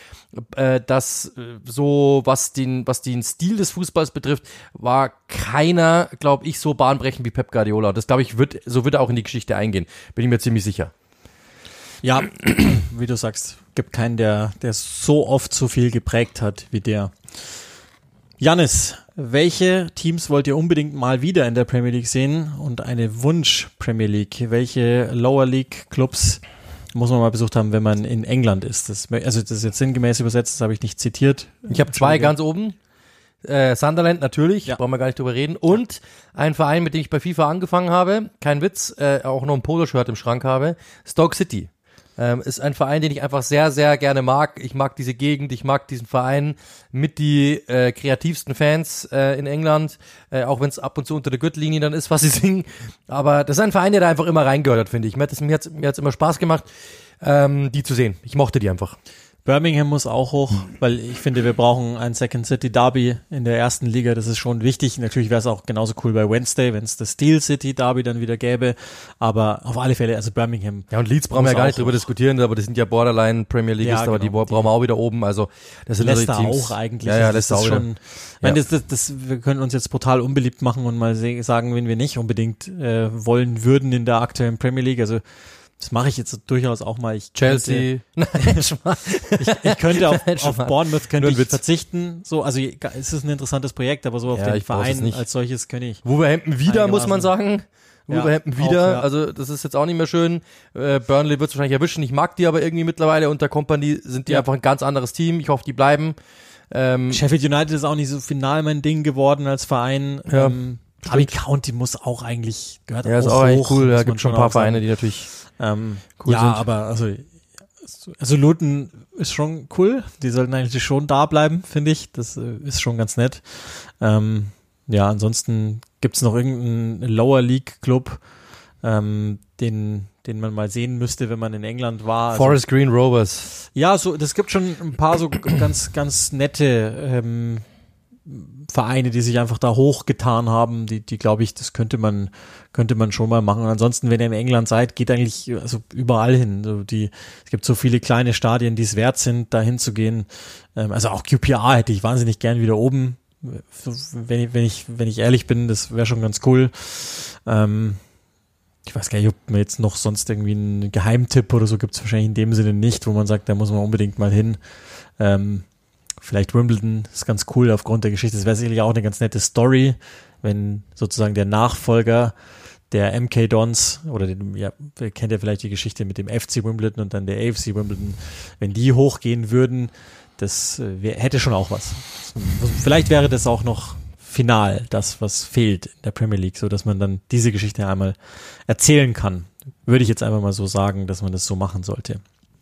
dass so, was den Stil des Fußballs betrifft, war keiner, glaube ich, so bahnbrechend wie Pep Guardiola. Das, glaube ich, wird er auch in die Geschichte eingehen. Bin ich mir ziemlich sicher. Ja, wie du sagst, gibt keinen, der so oft so viel geprägt hat wie der. Jannis, welche Teams wollt ihr unbedingt mal wieder in der Premier League sehen und eine Wunsch-Premier League? Welche Lower League Clubs muss man mal besucht haben, wenn man in England ist? Das ist jetzt sinngemäß übersetzt, das habe ich nicht zitiert. Ich habe 2 ganz oben. Sunderland natürlich, ja. Brauchen wir gar nicht drüber reden. Und ein Verein, mit dem ich bei FIFA angefangen habe, kein Witz, auch noch ein Poloshirt im Schrank habe, Stoke City. Ist ein Verein, den ich einfach sehr, sehr gerne mag. Ich mag diese Gegend, ich mag diesen Verein mit die kreativsten Fans in England, auch wenn es ab und zu unter der Gürtellinie dann ist, was sie singen. Aber das ist ein Verein, der da einfach immer reingehört hat, finde ich. Mir hat's immer Spaß gemacht, die zu sehen. Ich mochte die einfach. Birmingham muss auch hoch, weil ich finde, wir brauchen ein Second City Derby in der ersten Liga, das ist schon wichtig. Natürlich wäre es auch genauso cool bei Wednesday, wenn es das Steel City Derby dann wieder gäbe, aber auf alle Fälle, also Birmingham. Ja, und Leeds brauchen wir ja gar nicht drüber diskutieren, aber die sind ja Borderline Premier League, ja, aber genau, die brauchen wir auch wieder oben, also das sind Leicester Teams. Auch eigentlich. Ja, Leicester auch schon. Ich meine, wir können uns jetzt brutal unbeliebt machen und mal sagen, wen wir nicht unbedingt wollen würden in der aktuellen Premier League, also das mache ich jetzt durchaus auch mal. Chelsea. Ich könnte auf Bournemouth könnte ich verzichten. So, also es ist ein interessantes Projekt, aber so auf den Verein als solches könnte ich. Wolverhampton wieder, muss man sagen. Wolverhampton wieder. Ja. Also das ist jetzt auch nicht mehr schön. Burnley wird es wahrscheinlich erwischen. Ich mag die aber irgendwie mittlerweile. Unter Company sind die einfach ein ganz anderes Team. Ich hoffe, die bleiben. Sheffield United ist auch nicht so final mein Ding geworden als Verein. Ja. Derby County muss auch eigentlich, gehört auch hoch. Ja, ist auch eigentlich cool. Da gibt schon ein paar Vereine, die natürlich cool sind. Aber also Also Luton ist schon cool. Die sollten eigentlich schon da bleiben, finde ich. Das ist schon ganz nett. Ja, ansonsten gibt's noch irgendeinen Lower League Club, den man mal sehen müsste, wenn man in England war. Forest Green Rovers. Ja, so, das gibt schon ein paar so ganz, ganz nette Vereine, die sich einfach da hochgetan haben, die glaube ich, das könnte man schon mal machen. Und ansonsten, wenn ihr in England seid, geht eigentlich also überall hin. So es gibt so viele kleine Stadien, die es wert sind, da hinzugehen. Also auch QPR hätte ich wahnsinnig gern wieder oben. Wenn ich ehrlich bin, das wäre schon ganz cool. Ich weiß gar nicht, ob mir jetzt noch sonst irgendwie einen Geheimtipp oder so gibt's wahrscheinlich in dem Sinne nicht, wo man sagt, da muss man unbedingt mal hin. Vielleicht Wimbledon ist ganz cool aufgrund der Geschichte. Das wäre sicherlich auch eine ganz nette Story, wenn sozusagen der Nachfolger der MK Dons oder kennt ja vielleicht die Geschichte mit dem FC Wimbledon und dann der AFC Wimbledon, wenn die hochgehen würden, das hätte schon auch was. Vielleicht wäre das auch noch final, das was fehlt in der Premier League, so dass man dann diese Geschichte einmal erzählen kann. Würde ich jetzt einfach mal so sagen, dass man das so machen sollte.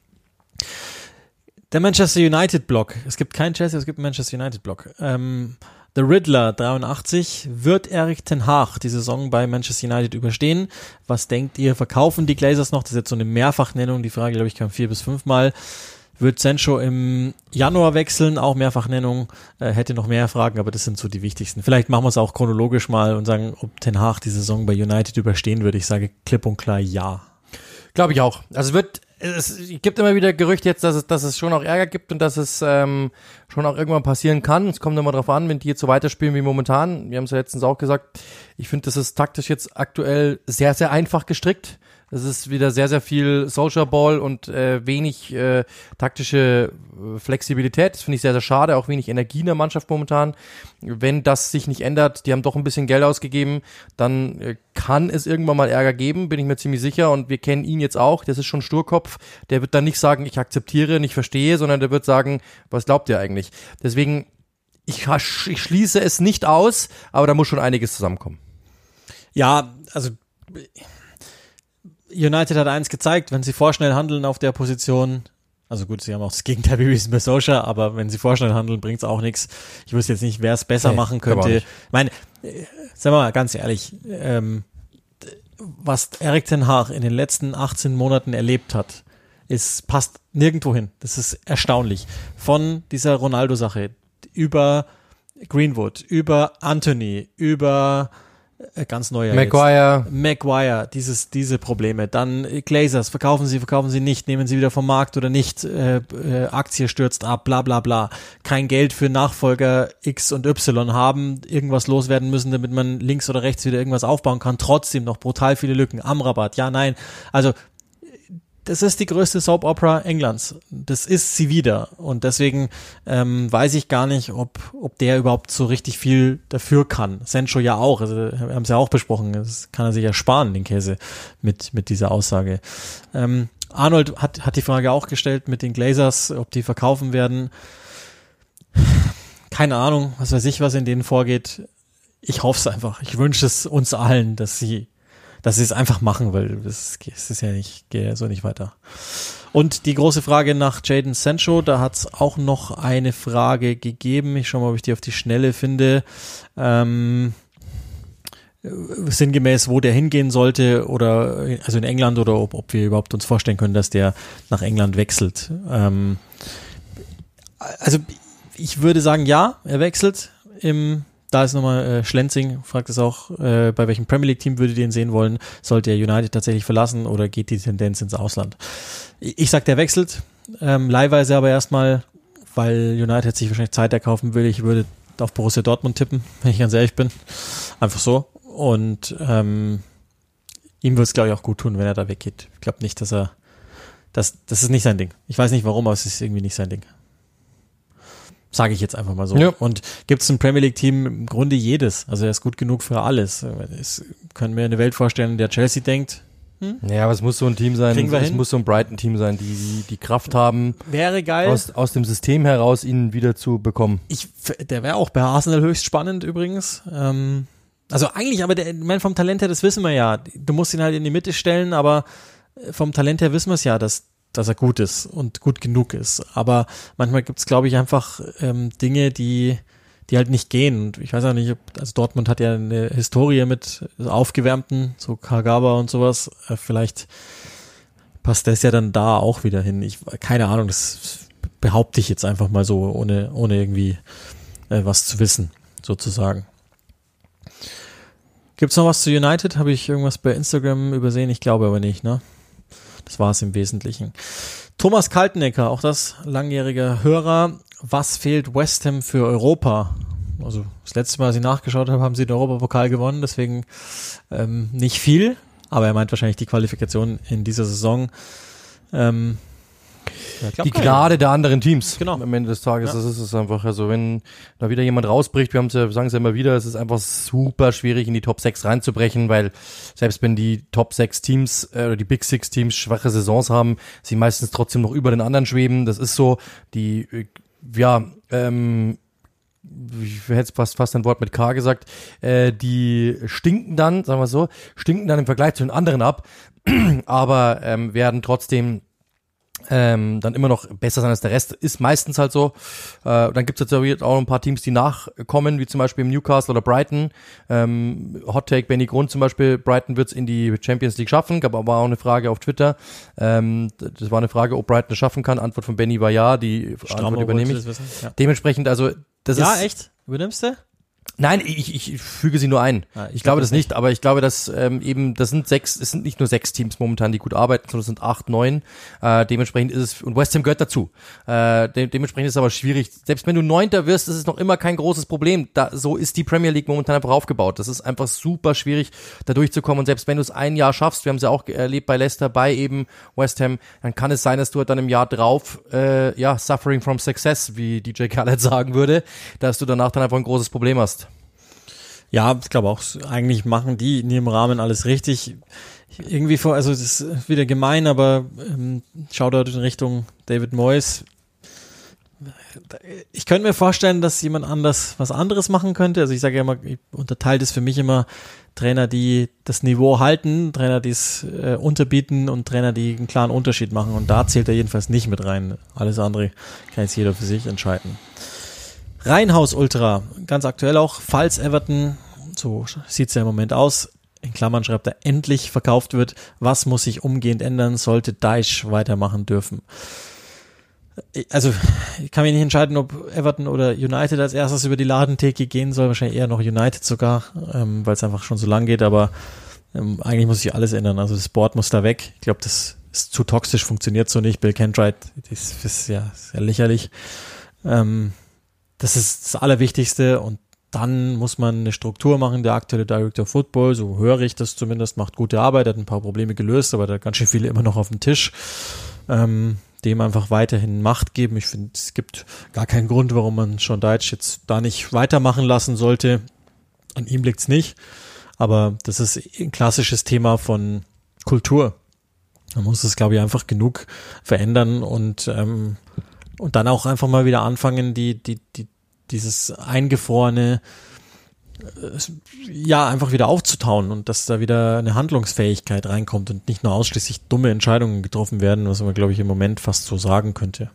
Der Manchester United Block. Es gibt keinen Chelsea, es gibt einen Manchester United Block. The Riddler 83. Wird Erik ten Hag die Saison bei Manchester United überstehen? Was denkt ihr? Verkaufen die Glazers noch? Das ist jetzt so eine Mehrfachnennung. Die Frage, glaube ich, kam 4 bis 5 Mal. Wird Sancho im Januar wechseln? Auch Mehrfachnennung. Hätte noch mehr Fragen, aber das sind so die wichtigsten. Vielleicht machen wir es auch chronologisch mal und sagen, ob ten Hag die Saison bei United überstehen würde. Ich sage klipp und klar ja. Glaube ich auch. Also es gibt immer wieder Gerüchte jetzt, dass es schon auch Ärger gibt und dass es schon auch irgendwann passieren kann. Es kommt immer drauf an, wenn die jetzt so weiterspielen wie momentan. Wir haben es ja letztens auch gesagt. Ich finde, das ist taktisch jetzt aktuell sehr, sehr einfach gestrickt. Es ist wieder sehr, sehr viel Soldier Ball und wenig taktische Flexibilität. Das finde ich sehr, sehr schade. Auch wenig Energie in der Mannschaft momentan. Wenn das sich nicht ändert, die haben doch ein bisschen Geld ausgegeben, dann kann es irgendwann mal Ärger geben, bin ich mir ziemlich sicher. Und wir kennen ihn jetzt auch. Das ist schon Sturkopf. Der wird dann nicht sagen, ich akzeptiere, nicht verstehe, sondern der wird sagen, was glaubt ihr eigentlich? Deswegen, ich schließe es nicht aus, aber da muss schon einiges zusammenkommen. Ja, also United hat eins gezeigt, wenn sie vorschnell handeln auf der Position, also gut, sie haben auch das Gegenteil bewiesen bei Solskjaer, aber wenn sie vorschnell handeln, bringt's auch nichts. Ich wüsste jetzt nicht, wer es besser machen könnte. Ich meine, sagen wir mal ganz ehrlich, was Erik ten Hag in den letzten 18 Monaten erlebt hat, passt nirgendwo hin. Das ist erstaunlich. Von dieser Ronaldo-Sache über Greenwood, über Anthony, über ganz neuer Maguire, diese Probleme. Dann Glazers, verkaufen sie nicht, nehmen sie wieder vom Markt oder nicht, Aktie stürzt ab, bla bla bla. Kein Geld für Nachfolger X und Y haben, irgendwas loswerden müssen, damit man links oder rechts wieder irgendwas aufbauen kann. Trotzdem noch brutal viele Lücken. Amrabat, ja, nein. Also das ist die größte Soap Opera Englands. Das ist sie wieder. Und deswegen weiß ich gar nicht, ob der überhaupt so richtig viel dafür kann. Sancho ja auch. Also wir haben es ja auch besprochen. Das kann er sich ja sparen, den Käse, mit dieser Aussage. Arnold hat die Frage auch gestellt mit den Glazers, ob die verkaufen werden. Keine Ahnung, was weiß ich, was in denen vorgeht. Ich hoffe es einfach. Ich wünsche es uns allen, dass sie es einfach machen, weil es ist ja nicht, geht ja so nicht weiter. Und die große Frage nach Jadon Sancho, da hat es auch noch eine Frage gegeben. Ich schaue mal, ob ich die auf die Schnelle finde. Sinngemäß, wo der hingehen sollte oder also in England oder ob wir überhaupt uns vorstellen können, dass der nach England wechselt. Also ich würde sagen, ja, er wechselt Da ist nochmal Schlenzing, fragt es auch, bei welchem Premier League Team würdet ihr ihn sehen wollen? Sollte er United tatsächlich verlassen oder geht die Tendenz ins Ausland? Ich sag, der wechselt, leihweise aber erstmal, weil United sich wahrscheinlich Zeit erkaufen will. Ich würde auf Borussia Dortmund tippen, wenn ich ganz ehrlich bin. Einfach so. Und ihm würde es, glaube ich, auch gut tun, wenn er da weggeht. Ich glaube nicht, das ist nicht sein Ding. Ich weiß nicht warum, aber es ist irgendwie nicht sein Ding. Sage ich jetzt einfach mal so. Ja. Und gibt es ein Premier League Team im Grunde jedes. Also er ist gut genug für alles. Es können mir eine Welt vorstellen, in der Chelsea denkt. Ja, aber es muss so ein Team sein. Es muss so ein Brighton-Team sein, die Kraft haben. Wäre geil. Aus dem System heraus ihn wieder zu bekommen. Der wäre auch bei Arsenal höchst spannend übrigens. Also eigentlich, aber vom Talent her, das wissen wir ja. Du musst ihn halt in die Mitte stellen, aber vom Talent her wissen wir es ja, dass er gut ist und gut genug ist. Aber manchmal gibt es, glaube ich, einfach Dinge, die halt nicht gehen. Und ich weiß auch nicht, also Dortmund hat ja eine Historie mit Aufgewärmten, so Kagawa und sowas. Vielleicht passt das ja dann da auch wieder hin. Keine Ahnung, das behaupte ich jetzt einfach mal so, ohne irgendwie was zu wissen, sozusagen. Gibt's noch was zu United? Habe ich irgendwas bei Instagram übersehen? Ich glaube aber nicht, ne? Das war es im Wesentlichen. Thomas Kaltenecker, auch das langjähriger Hörer. Was fehlt West Ham für Europa? Also das letzte Mal, als ich nachgeschaut habe, haben sie den Europapokal gewonnen, deswegen nicht viel. Aber er meint wahrscheinlich die Qualifikation in dieser Saison. Die Gnade der anderen Teams. Genau. Am Ende des Tages, das ist es einfach. Also wenn da wieder jemand rausbricht, wir sagen es ja immer wieder, es ist einfach super schwierig in die Top 6 reinzubrechen, weil selbst wenn die Top 6 Teams oder die Big 6 Teams schwache Saisons haben, sie meistens trotzdem noch über den anderen schweben. Das ist so, ich hätte fast ein Wort mit K gesagt, die stinken dann im Vergleich zu den anderen ab, aber werden trotzdem dann immer noch besser sein als der Rest, ist meistens halt so. Dann gibt's jetzt auch ein paar Teams, die nachkommen, wie zum Beispiel im Newcastle oder Brighton. Hot Take Benny Grund zum Beispiel, Brighton wird's in die Champions League schaffen, gab aber auch eine Frage auf Twitter. Das war eine Frage, ob Brighton es schaffen kann. Antwort von Benny war ja, die Antwort übernehme ich. Ja. Dementsprechend, also das ist... Ja, echt? Übernimmst du? Nein, ich füge sie nur ein. Ich glaube das nicht, aber ich glaube, dass es sind nicht nur 6 Teams momentan, die gut arbeiten, sondern es sind 8, 9. Dementsprechend ist es, und West Ham gehört dazu. Dementsprechend ist es aber schwierig. Selbst wenn du 9. wirst, ist es noch immer kein großes Problem. So ist die Premier League momentan einfach aufgebaut. Das ist einfach super schwierig, da durchzukommen. Und selbst wenn du es ein Jahr schaffst, wir haben es ja auch erlebt bei Leicester, bei eben West Ham, dann kann es sein, dass du dann im Jahr drauf, suffering from success, wie DJ Khaled sagen würde, dass du danach dann einfach ein großes Problem hast. Ja, ich glaube auch, eigentlich machen die in ihrem Rahmen alles richtig. Irgendwie also das ist wieder gemein, aber Shoutout in Richtung David Moyes. Ich könnte mir vorstellen, dass jemand anders was anderes machen könnte. Also ich sage ja immer, ich unterteile das für mich immer Trainer, die das Niveau halten, Trainer, die es unterbieten und Trainer, die einen klaren Unterschied machen. Und da zählt er jedenfalls nicht mit rein. Alles andere kann jetzt jeder für sich entscheiden. Rheinhaus Ultra, ganz aktuell auch, falls Everton, so sieht's ja im Moment aus, in Klammern schreibt er, endlich verkauft wird, was muss sich umgehend ändern, sollte Daesh weitermachen dürfen? Also, ich kann mich nicht entscheiden, ob Everton oder United als erstes über die Ladentheke gehen soll, wahrscheinlich eher noch United sogar, weil es einfach schon so lang geht, aber eigentlich muss sich alles ändern, also das Board muss da weg, ich glaube, das ist zu toxisch, funktioniert so nicht, Bill Kenwright, das ist ja sehr lächerlich, das ist das Allerwichtigste und dann muss man eine Struktur machen. Der aktuelle Director of Football, so höre ich das zumindest, macht gute Arbeit, hat ein paar Probleme gelöst, aber da hat ganz schön viele immer noch auf dem Tisch. Dem einfach weiterhin Macht geben. Ich finde, es gibt gar keinen Grund, warum man Sean Dyche jetzt da nicht weitermachen lassen sollte. An ihm liegt's nicht, aber das ist ein klassisches Thema von Kultur. Man muss es, glaube ich, einfach genug verändern und dann auch einfach mal wieder anfangen, dieses Eingefrorene einfach wieder aufzutauen und dass da wieder eine Handlungsfähigkeit reinkommt und nicht nur ausschließlich dumme Entscheidungen getroffen werden, was man, glaube ich, im Moment fast so sagen könnte.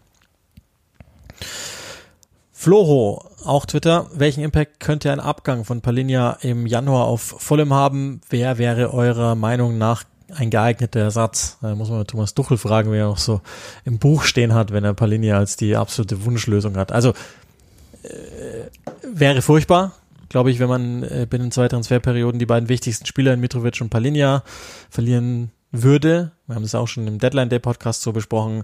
Floho, auch Twitter, welchen Impact könnte ein Abgang von Palhinha im Januar auf Fulham haben? Wer wäre eurer Meinung nach ein geeigneter Ersatz? Da muss man Thomas Tuchel fragen, wie er auch so im Buch stehen hat, wenn er Palhinha als die absolute Wunschlösung hat. Also wäre furchtbar, glaube ich, wenn man binnen 2 Transferperioden die beiden wichtigsten Spieler in Mitrovic und Palhinha verlieren würde. Wir haben das auch schon im Deadline-Day-Podcast so besprochen.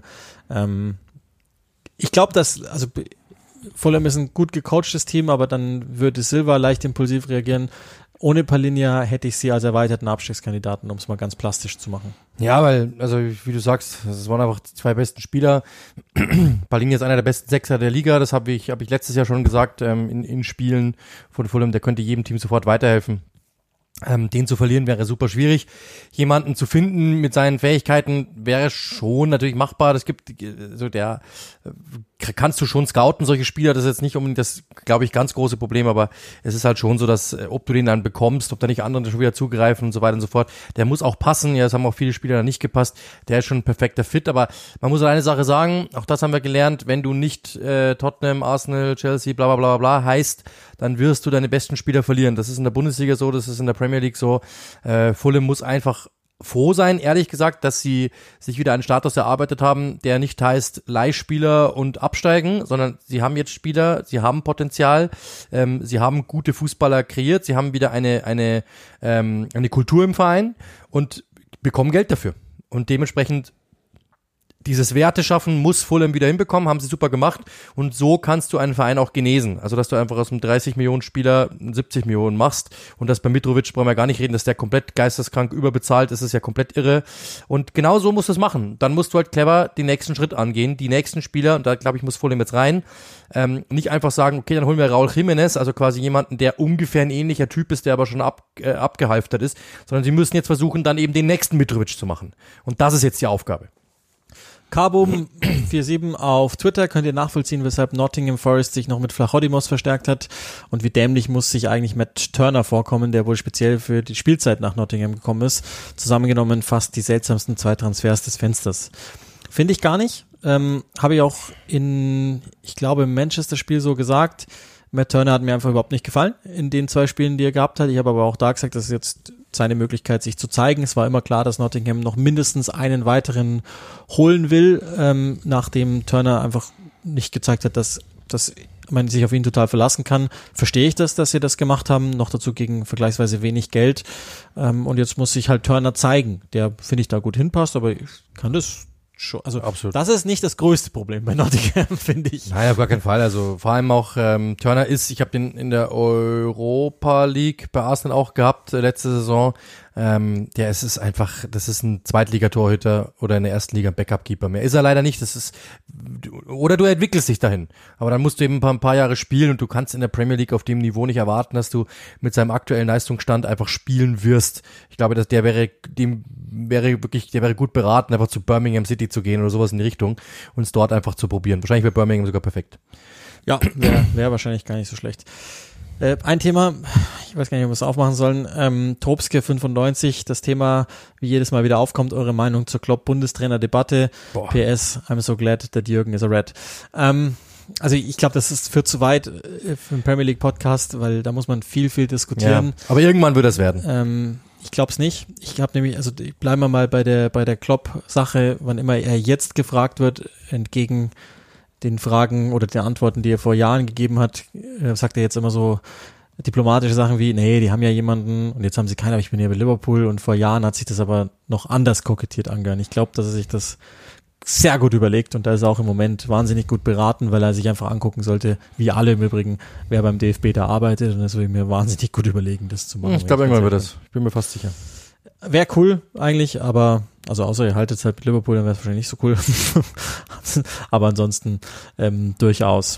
Ich glaube, Fulham ist ein gut gecoachtes Team, aber dann würde Silva leicht impulsiv reagieren. Ohne Palhinha hätte ich sie als erweiterten Abstiegskandidaten, um es mal ganz plastisch zu machen. Ja, weil, also wie du sagst, es waren einfach die 2 besten Spieler. Palhinha ist einer der besten Sechser der Liga, das habe ich letztes Jahr schon gesagt, in Spielen von Fulham, der könnte jedem Team sofort weiterhelfen. Den zu verlieren wäre super schwierig. Jemanden zu finden mit seinen Fähigkeiten wäre schon natürlich machbar. Das gibt so kannst du schon scouten, solche Spieler. Das ist jetzt nicht unbedingt das, glaube ich, ganz große Problem, aber es ist halt schon so, dass ob du den dann bekommst, ob da nicht andere schon wieder zugreifen und so weiter und so fort, der muss auch passen. Ja, es haben auch viele Spieler da nicht gepasst. Der ist schon ein perfekter Fit, aber man muss eine Sache sagen, auch das haben wir gelernt, wenn du nicht Tottenham, Arsenal, Chelsea, bla bla bla bla heißt, dann wirst du deine besten Spieler verlieren. Das ist in der Bundesliga so, das ist in der Premier League so. Fulham muss einfach froh sein, ehrlich gesagt, dass sie sich wieder einen Status erarbeitet haben, der nicht heißt Leihspieler und absteigen, sondern sie haben jetzt Spieler, sie haben Potenzial, sie haben gute Fußballer kreiert, sie haben wieder eine Kultur im Verein und bekommen Geld dafür. Und dementsprechend dieses Werte schaffen muss Fulham wieder hinbekommen, haben sie super gemacht und so kannst du einen Verein auch genesen. Also, dass du einfach aus einem 30 Millionen Spieler 70 Millionen machst und das bei Mitrovic brauchen wir gar nicht reden, dass der komplett geisteskrank überbezahlt ist, ist ja komplett irre und genau so musst du es machen. Dann musst du halt clever den nächsten Schritt angehen, die nächsten Spieler und da glaube ich muss Fulham jetzt rein, nicht einfach sagen, okay, dann holen wir Raúl Jiménez, also quasi jemanden, der ungefähr ein ähnlicher Typ ist, der aber schon abgehalftert ist, sondern sie müssen jetzt versuchen, dann eben den nächsten Mitrovic zu machen und das ist jetzt die Aufgabe. Carbom47 auf Twitter könnt ihr nachvollziehen, weshalb Nottingham Forest sich noch mit Flachodimos verstärkt hat und wie dämlich muss sich eigentlich Matt Turner vorkommen, der wohl speziell für die Spielzeit nach Nottingham gekommen ist. Zusammengenommen fast die seltsamsten 2 Transfers des Fensters. Finde ich gar nicht. Habe ich auch ich glaube, im Manchester-Spiel so gesagt. Matt Turner hat mir einfach überhaupt nicht gefallen in den 2 Spielen, die er gehabt hat. Ich habe aber auch da gesagt, das ist jetzt seine Möglichkeit, sich zu zeigen. Es war immer klar, dass Nottingham noch mindestens einen weiteren holen will, nachdem Turner einfach nicht gezeigt hat, dass man sich auf ihn total verlassen kann. Verstehe ich das, dass sie das gemacht haben, noch dazu gegen vergleichsweise wenig Geld. Und jetzt muss sich halt Turner zeigen, der, finde ich, da gut hinpasst, aber ich kann das schon, also absolut. Das ist nicht das größte Problem bei Nottingham, finde ich. Nein, auf gar keinen Fall. Also vor allem auch Turner ich habe den in der Europa League bei Arsenal auch gehabt, letzte Saison. Das ist ein Zweitligatorhüter oder in der ersten Liga ein Backup-Keeper. Mehr ist er leider nicht. Oder du entwickelst dich dahin. Aber dann musst du eben ein paar Jahre spielen und du kannst in der Premier League auf dem Niveau nicht erwarten, dass du mit seinem aktuellen Leistungsstand einfach spielen wirst. Ich glaube, dass der wäre gut beraten, einfach zu Birmingham City zu gehen oder sowas in die Richtung und es dort einfach zu probieren. Wahrscheinlich wäre Birmingham sogar perfekt. Ja, wäre wahrscheinlich gar nicht so schlecht. Ein Thema, ich weiß gar nicht, ob wir es aufmachen sollen, Tropske 95, das Thema, wie jedes Mal wieder aufkommt, eure Meinung zur Klopp-Bundestrainer-Debatte. PS, I'm so glad that Jürgen is a red. Also ich glaube, das führt zu weit für einen Premier League Podcast, weil da muss man viel diskutieren. Ja, aber irgendwann wird das werden. Ich glaube es nicht. Ich habe nämlich, also bleiben wir mal bei der Klopp-Sache, wann immer er jetzt gefragt wird, entgegen den Fragen oder den Antworten, die er vor Jahren gegeben hat, sagt er jetzt immer so diplomatische Sachen wie, nee, die haben ja jemanden und jetzt haben sie keinen, aber ich bin hier bei Liverpool und vor Jahren hat sich das aber noch anders kokettiert angehört. Ich glaube, dass er sich das sehr gut überlegt und da ist er auch im Moment wahnsinnig gut beraten, weil er sich einfach angucken sollte, wie alle im Übrigen, wer beim DFB da arbeitet und das würde ich mir wahnsinnig gut überlegen, das zu machen. Ich glaube, irgendwann wird das. Ich bin mir fast sicher. Wäre cool eigentlich, aber also außer ihr haltet es halt mit Liverpool, dann wäre es wahrscheinlich nicht so cool. Aber ansonsten durchaus.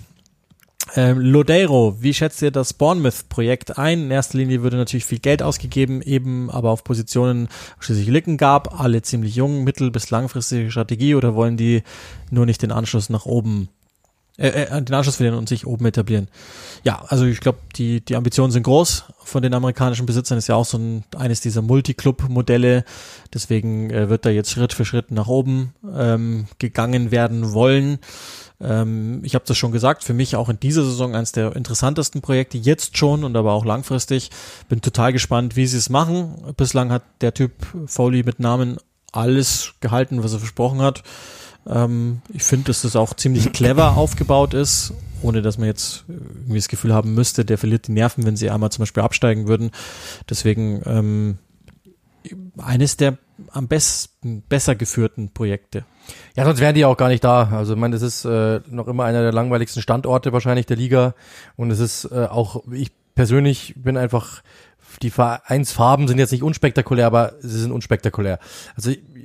Lodeiro, wie schätzt ihr das Bournemouth-Projekt ein? In erster Linie würde natürlich viel Geld ausgegeben, eben aber auf Positionen, wo schließlich Lücken gab, alle ziemlich jung, mittel- bis langfristige Strategie oder wollen die nur nicht den Anschluss nach oben den Anschluss verlieren und sich oben etablieren. Ja, also ich glaube, die Ambitionen sind groß. Von den amerikanischen Besitzern ist ja auch so eines dieser Multiclub-Modelle. Deswegen wird da jetzt Schritt für Schritt nach oben gegangen werden wollen. Ich habe das schon gesagt, für mich auch in dieser Saison eines der interessantesten Projekte, jetzt schon und aber auch langfristig. Bin total gespannt, wie sie es machen. Bislang hat der Typ Foley mit Namen alles gehalten, was er versprochen hat. Ich finde, dass das auch ziemlich clever aufgebaut ist, ohne dass man jetzt irgendwie das Gefühl haben müsste, der verliert die Nerven, wenn sie einmal zum Beispiel absteigen würden. Deswegen eines der am besten, besser geführten Projekte. Ja, sonst wären die auch gar nicht da. Also ich meine, das ist noch immer einer der langweiligsten Standorte wahrscheinlich der Liga und es ist auch, ich persönlich bin einfach, die Vereinsfarben sind jetzt nicht unspektakulär, aber sie sind unspektakulär. Also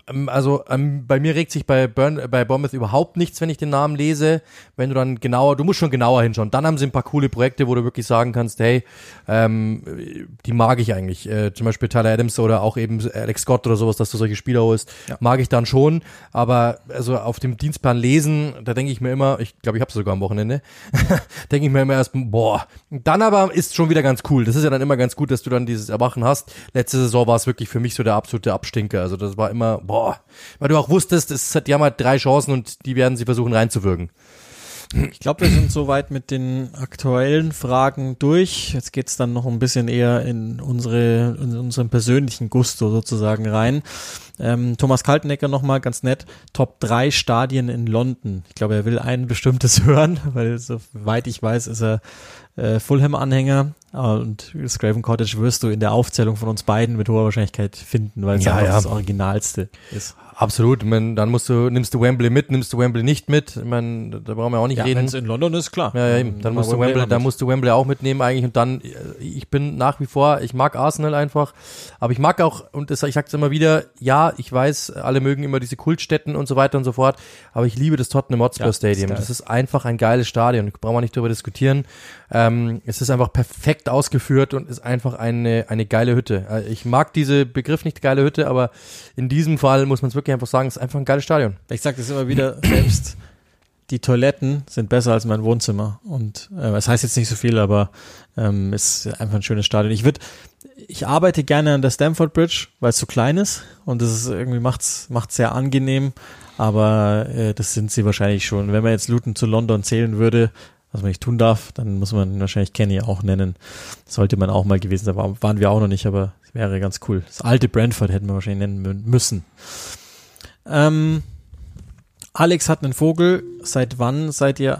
Bei mir regt sich bei Bournemouth überhaupt nichts, wenn ich den Namen lese. Wenn du dann du musst schon genauer hinschauen. Dann haben sie ein paar coole Projekte, wo du wirklich sagen kannst, hey, die mag ich eigentlich. Zum Beispiel Tyler Adams oder auch eben Alex Scott oder sowas, dass du solche Spieler holst, mag ich dann schon. Aber also auf dem Dienstplan lesen, da denke ich mir immer, ich glaube, ich habe es sogar am Wochenende, denke ich mir immer erst, boah. Dann aber ist schon wieder ganz cool. Das ist ja dann immer ganz gut, dass du dann dieses Erwachen hast. Letzte Saison war es wirklich für mich so der absolute Abstinker. Also das war immer, weil du auch wusstest, die haben halt 3 Chancen und die werden sie versuchen reinzuwirken. Ich glaube, wir sind soweit mit den aktuellen Fragen durch. Jetzt geht's dann noch ein bisschen eher in unseren persönlichen Gusto sozusagen rein. Thomas Kaltenecker nochmal ganz nett. Top 3 Stadien in London. Ich glaube, er will ein bestimmtes hören, weil soweit ich weiß, ist er Fulham-Anhänger. Und das Craven Cottage wirst du in der Aufzählung von uns beiden mit hoher Wahrscheinlichkeit finden, weil es einfach das Originalste ist. Absolut. Ich meine, dann nimmst du Wembley mit, nimmst du Wembley nicht mit. Ich meine, da brauchen wir auch nicht reden. Wenn es in London ist, klar. Ja, eben. Dann musst du Wembley auch mitnehmen eigentlich. Und dann, ich bin nach wie vor, ich mag Arsenal einfach, aber ich mag auch, und ich sag's immer wieder, ja, ich weiß, alle mögen immer diese Kultstätten und so weiter und so fort, aber ich liebe das Tottenham Hotspur Stadium. Das ist einfach ein geiles Stadion. Brauchen wir nicht drüber diskutieren. Es ist einfach perfekt ausgeführt und ist einfach eine geile Hütte. Ich mag diese Begriff nicht, geile Hütte, aber in diesem Fall muss man es wirklich einfach sagen, es ist einfach ein geiles Stadion. Ich sage das immer wieder, selbst die Toiletten sind besser als mein Wohnzimmer und es heißt jetzt nicht so viel, aber ist einfach ein schönes Stadion. Ich arbeite gerne an der Stamford Bridge, weil es so klein ist und das ist irgendwie macht's sehr angenehm, aber das sind sie wahrscheinlich schon. Wenn man jetzt Luton zu London zählen würde, was man nicht tun darf, dann muss man wahrscheinlich Kenny auch nennen. Sollte man auch mal gewesen sein, waren wir auch noch nicht, aber es wäre ganz cool. Das alte Brentford hätten wir wahrscheinlich nennen müssen. Alex hat einen Vogel. Seit wann seid ihr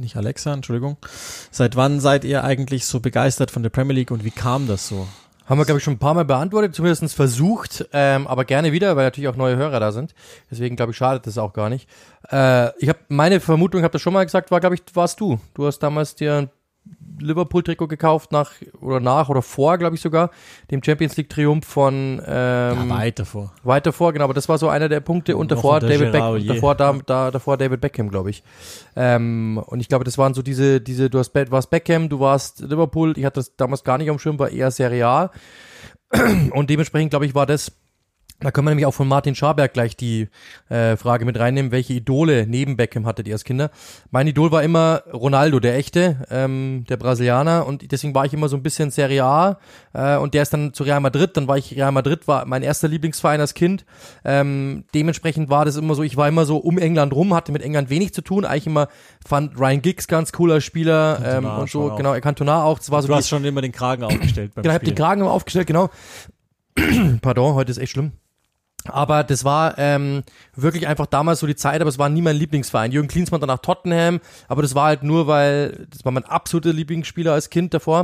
eigentlich so begeistert von der Premier League und wie kam das so? Haben wir, glaube ich, schon ein paar Mal beantwortet, zumindest versucht, aber gerne wieder, weil natürlich auch neue Hörer da sind. Deswegen, glaube ich, schadet das auch gar nicht. Meine Vermutung, habe das schon mal gesagt, warst du. Du hast damals dir ein Liverpool-Trikot gekauft nach oder vor, glaube ich sogar, dem Champions League-Triumph von weit davor. Weit davor, genau, aber das war so einer der Punkte und davor David Beckham, glaube ich. Und ich glaube, das waren so diese du warst Beckham, du warst Liverpool, ich hatte das damals gar nicht am Schirm, war eher Serie A. Und dementsprechend, glaube ich, war das. Da können wir nämlich auch von Martin Scharberg gleich die Frage mit reinnehmen, welche Idole neben Beckham hattet ihr als Kinder? Mein Idol war immer Ronaldo, der echte, der Brasilianer, und deswegen war ich immer so ein bisschen Serie A und der ist dann zu Real Madrid, Real Madrid war mein erster Lieblingsverein als Kind, dementsprechend war das immer so, ich war immer so um England rum, hatte mit England wenig zu tun, eigentlich immer fand Ryan Giggs ganz cooler Spieler und so, genau, Cantona auch. Das war so du hast schon immer den Kragen aufgestellt beim Spiel. Ich habe den Kragen immer aufgestellt, genau. Pardon, heute ist echt schlimm. Aber das war wirklich einfach damals so die Zeit, aber es war nie mein Lieblingsverein. Jürgen Klinsmann dann nach Tottenham, aber das war halt nur, weil das war mein absoluter Lieblingsspieler als Kind davor.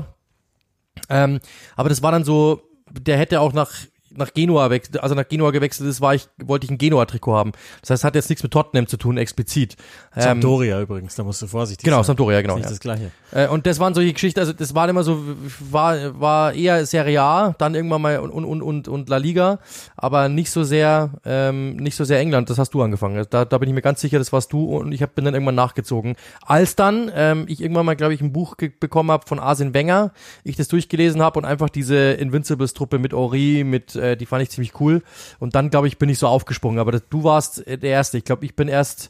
Aber das war dann so, der hätte auch nach Genua gewechselt ist, wollte ich ein Genua-Trikot haben. Das heißt, hat jetzt nichts mit Tottenham zu tun, explizit. Sampdoria übrigens, da musst du vorsichtig sein. Genau, sein. Sampdoria, genau. Das ist nicht das Gleiche. Und das waren solche Geschichten, also das war immer so, war eher Serie A, dann irgendwann mal und La Liga, aber nicht so sehr England, das hast du angefangen. Da bin ich mir ganz sicher, das warst du und ich bin dann irgendwann nachgezogen. Als dann ich irgendwann mal, glaube ich, ein Buch bekommen habe von Arsene Wenger, ich das durchgelesen habe und einfach diese Invincibles-Truppe mit Henry, die fand ich ziemlich cool. Und dann, glaube ich, bin ich so aufgesprungen. Aber du warst der Erste. Ich glaube, ich bin erst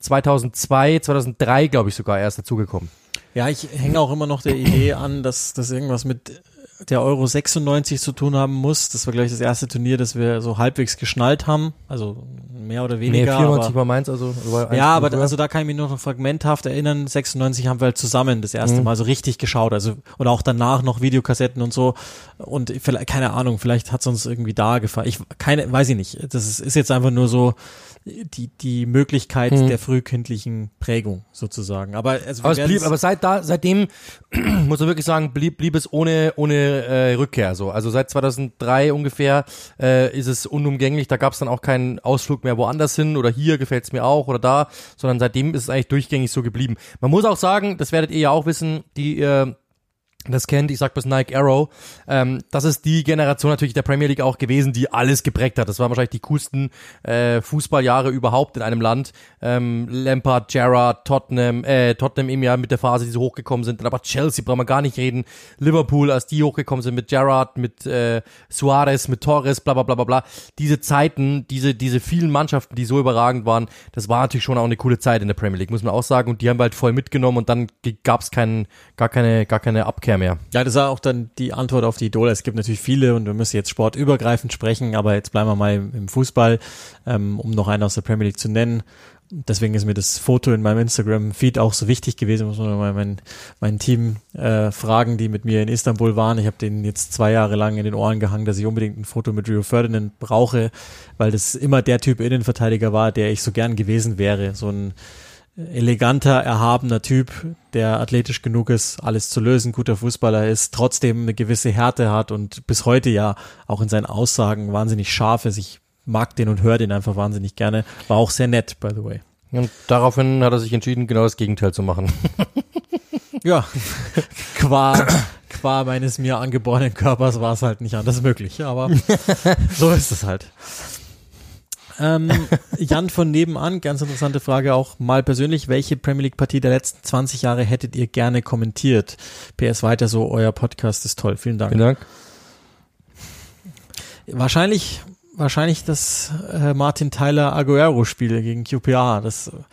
2003, glaube ich, sogar erst dazugekommen. Ja, ich hänge auch immer noch der Idee an, dass das irgendwas mit der Euro 96 zu tun haben muss. Das war, glaube ich, das erste Turnier, das wir so halbwegs geschnallt haben. Also mehr oder weniger. 94 war meins, also. Ja, aber da kann ich mich nur noch fragmenthaft erinnern. 96 haben wir halt zusammen das erste Mal so richtig geschaut. Also, und auch danach noch Videokassetten und so. Und vielleicht, keine Ahnung, vielleicht hat es uns irgendwie da gefallen. Weiß ich nicht. Das ist jetzt einfach nur so die Möglichkeit der frühkindlichen Prägung sozusagen. Aber seitdem muss man wirklich sagen, blieb es ohne Rückkehr so. Also seit 2003 ungefähr ist es unumgänglich. Da gab es dann auch keinen Ausflug mehr woanders hin oder hier gefällt es mir auch oder da, sondern seitdem ist es eigentlich durchgängig so geblieben. Man muss auch sagen, das werdet ihr ja auch wissen, die das kennt, ich sag bis Nike Arrow, das ist die Generation natürlich der Premier League auch gewesen, die alles geprägt hat. Das waren wahrscheinlich die coolsten Fußballjahre überhaupt in einem Land. Lampard, Gerrard, Tottenham im Jahr mit der Phase, die so hochgekommen sind. Dann aber Chelsea, brauchen wir gar nicht reden. Liverpool, als die hochgekommen sind mit Gerrard, mit Suarez, mit Torres, bla bla bla bla bla. Diese Zeiten, diese vielen Mannschaften, die so überragend waren, das war natürlich schon auch eine coole Zeit in der Premier League, muss man auch sagen. Und die haben wir halt voll mitgenommen und dann gab's gar keine Abkehr mehr. Ja, das war auch dann die Antwort auf die Idole. Es gibt natürlich viele und wir müssen jetzt sportübergreifend sprechen, aber jetzt bleiben wir mal im Fußball, um noch einen aus der Premier League zu nennen. Deswegen ist mir das Foto in meinem Instagram-Feed auch so wichtig gewesen. Muss man mal mein Team fragen, die mit mir in Istanbul waren. Ich habe denen jetzt 2 Jahre lang in den Ohren gehangen, dass ich unbedingt ein Foto mit Rio Ferdinand brauche, weil das immer der Typ Innenverteidiger war, der ich so gern gewesen wäre. So ein eleganter, erhabener Typ, der athletisch genug ist, alles zu lösen, guter Fußballer ist, trotzdem eine gewisse Härte hat und bis heute ja auch in seinen Aussagen wahnsinnig scharf ist. Ich mag den und höre den einfach wahnsinnig gerne. War auch sehr nett, by the way. Und daraufhin hat er sich entschieden, genau das Gegenteil zu machen. Ja, qua meines mir angeborenen Körpers war es halt nicht anders möglich, aber so ist es halt. Jan von nebenan, ganz interessante Frage auch mal persönlich. Welche Premier League Partie der letzten 20 Jahre hättet ihr gerne kommentiert? PS weiter so, euer Podcast ist toll. Vielen Dank. Vielen Dank. Wahrscheinlich das Martin Tyler Aguero Spiel gegen QPR.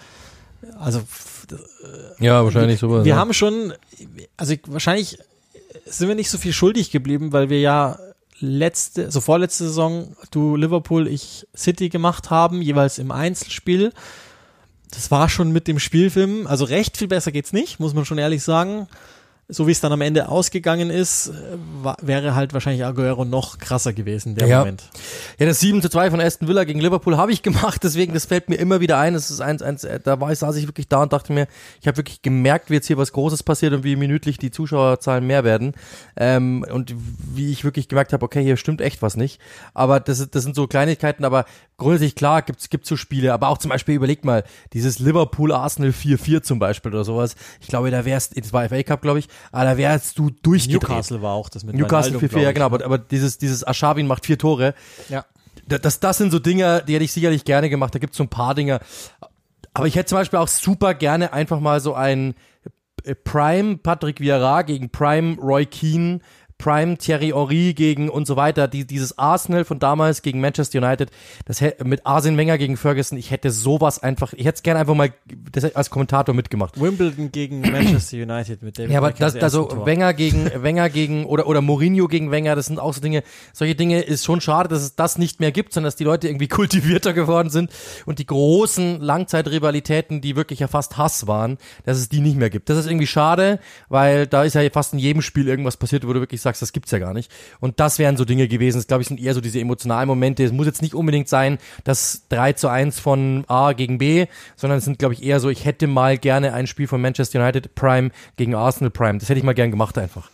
Ja, wahrscheinlich sowas. Wir haben schon, also wahrscheinlich sind wir nicht so viel schuldig geblieben, weil wir ja vorletzte Saison du Liverpool, ich City gemacht haben, jeweils im Einzelspiel. Das war schon mit dem Spielfilm, also recht viel besser geht's nicht, muss man schon ehrlich sagen. So wie es dann am Ende ausgegangen ist, wäre halt wahrscheinlich Aguero noch krasser gewesen, der Moment. Ja, das 7:2 von Aston Villa gegen Liverpool habe ich gemacht, deswegen, das fällt mir immer wieder ein. Das ist 1-1, saß ich wirklich da und dachte mir, ich habe wirklich gemerkt, wie jetzt hier was Großes passiert und wie minütlich die Zuschauerzahlen mehr werden. Und wie ich wirklich gemerkt habe, okay, hier stimmt echt was nicht. Aber das sind so Kleinigkeiten, aber grundsätzlich klar, gibt's so Spiele, aber auch zum Beispiel, überlegt mal, dieses Liverpool-Arsenal 4-4 zum Beispiel oder sowas. Ich glaube, da wär's, es war FA Cup, glaube ich, aber da wärst du durchgedreht. Newcastle war auch das mit Newcastle 4-4, ja genau, aber dieses Arshavin macht 4 Tore. Ja. Das sind so Dinge, die hätte ich sicherlich gerne gemacht, da gibt's so ein paar Dinge. Aber ich hätte zum Beispiel auch super gerne einfach mal so ein Prime Patrick Vieira gegen Prime Roy Keane, Prime Thierry Henry gegen und so weiter, dieses Arsenal von damals gegen Manchester United, das mit Arsene Wenger gegen Ferguson, ich hätte sowas einfach, ich hätte es gerne einfach mal als Kommentator mitgemacht. Wimbledon gegen Manchester United mit David. Ja, aber Wenger gegen oder Mourinho gegen Wenger, das sind auch so Dinge, solche Dinge ist schon schade, dass es das nicht mehr gibt, sondern dass die Leute irgendwie kultivierter geworden sind und die großen Langzeitrivalitäten, die wirklich ja fast Hass waren, dass es die nicht mehr gibt. Das ist irgendwie schade, weil da ist ja fast in jedem Spiel irgendwas passiert, wo du wirklich sagst, das gibt's ja gar nicht. Und das wären so Dinge gewesen, das glaube ich sind eher so diese emotionalen Momente. Es muss jetzt nicht unbedingt sein, das 3:1 von A gegen B, sondern es sind glaube ich eher so, ich hätte mal gerne ein Spiel von Manchester United Prime gegen Arsenal Prime. Das hätte ich mal gern gemacht einfach.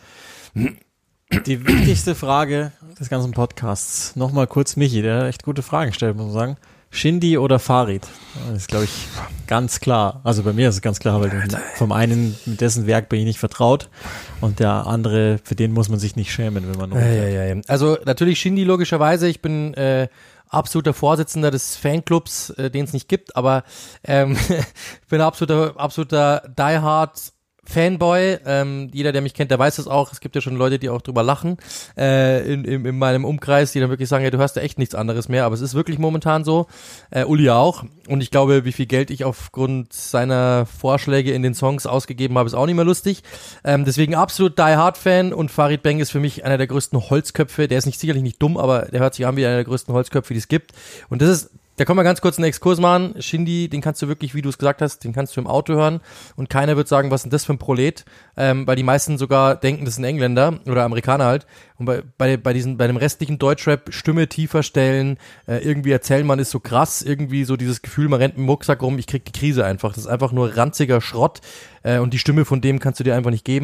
Die wichtigste Frage des ganzen Podcasts, nochmal kurz Michi, der echt gute Fragen stellt, muss man sagen. Shindy oder Farid? Das ist, glaube ich, ganz klar. Also bei mir ist es ganz klar, weil vom einen, mit dessen Werk bin ich nicht vertraut und der andere, für den muss man sich nicht schämen, wenn man ja. Also natürlich Shindy logischerweise. Ich bin absoluter Vorsitzender des Fanclubs, den es nicht gibt, aber ich bin absoluter Die Hard Fanboy, jeder, der mich kennt, der weiß das auch. Es gibt ja schon Leute, die auch drüber lachen in meinem Umkreis, die dann wirklich sagen, ja, du hörst ja echt nichts anderes mehr, aber es ist wirklich momentan so. Uli auch. Und ich glaube, wie viel Geld ich aufgrund seiner Vorschläge in den Songs ausgegeben habe, ist auch nicht mehr lustig. Deswegen absolut Die Hard Fan und Farid Bang ist für mich einer der größten Holzköpfe. Der ist sicherlich nicht dumm, aber der hört sich an wie einer der größten Holzköpfe, die es gibt. Und das ist, da können wir ganz kurz einen Exkurs machen. Shindy, den kannst du wirklich, wie du es gesagt hast, den kannst du im Auto hören und keiner wird sagen, was ist denn das für ein Prolet, weil die meisten sogar denken, das sind Engländer oder Amerikaner halt. Und bei dem restlichen Deutschrap Stimme tiefer stellen, irgendwie erzählen, man ist so krass, irgendwie so dieses Gefühl, man rennt mit dem Rucksack rum, ich krieg die Krise einfach. Das ist einfach nur ranziger Schrott und die Stimme von dem kannst du dir einfach nicht geben.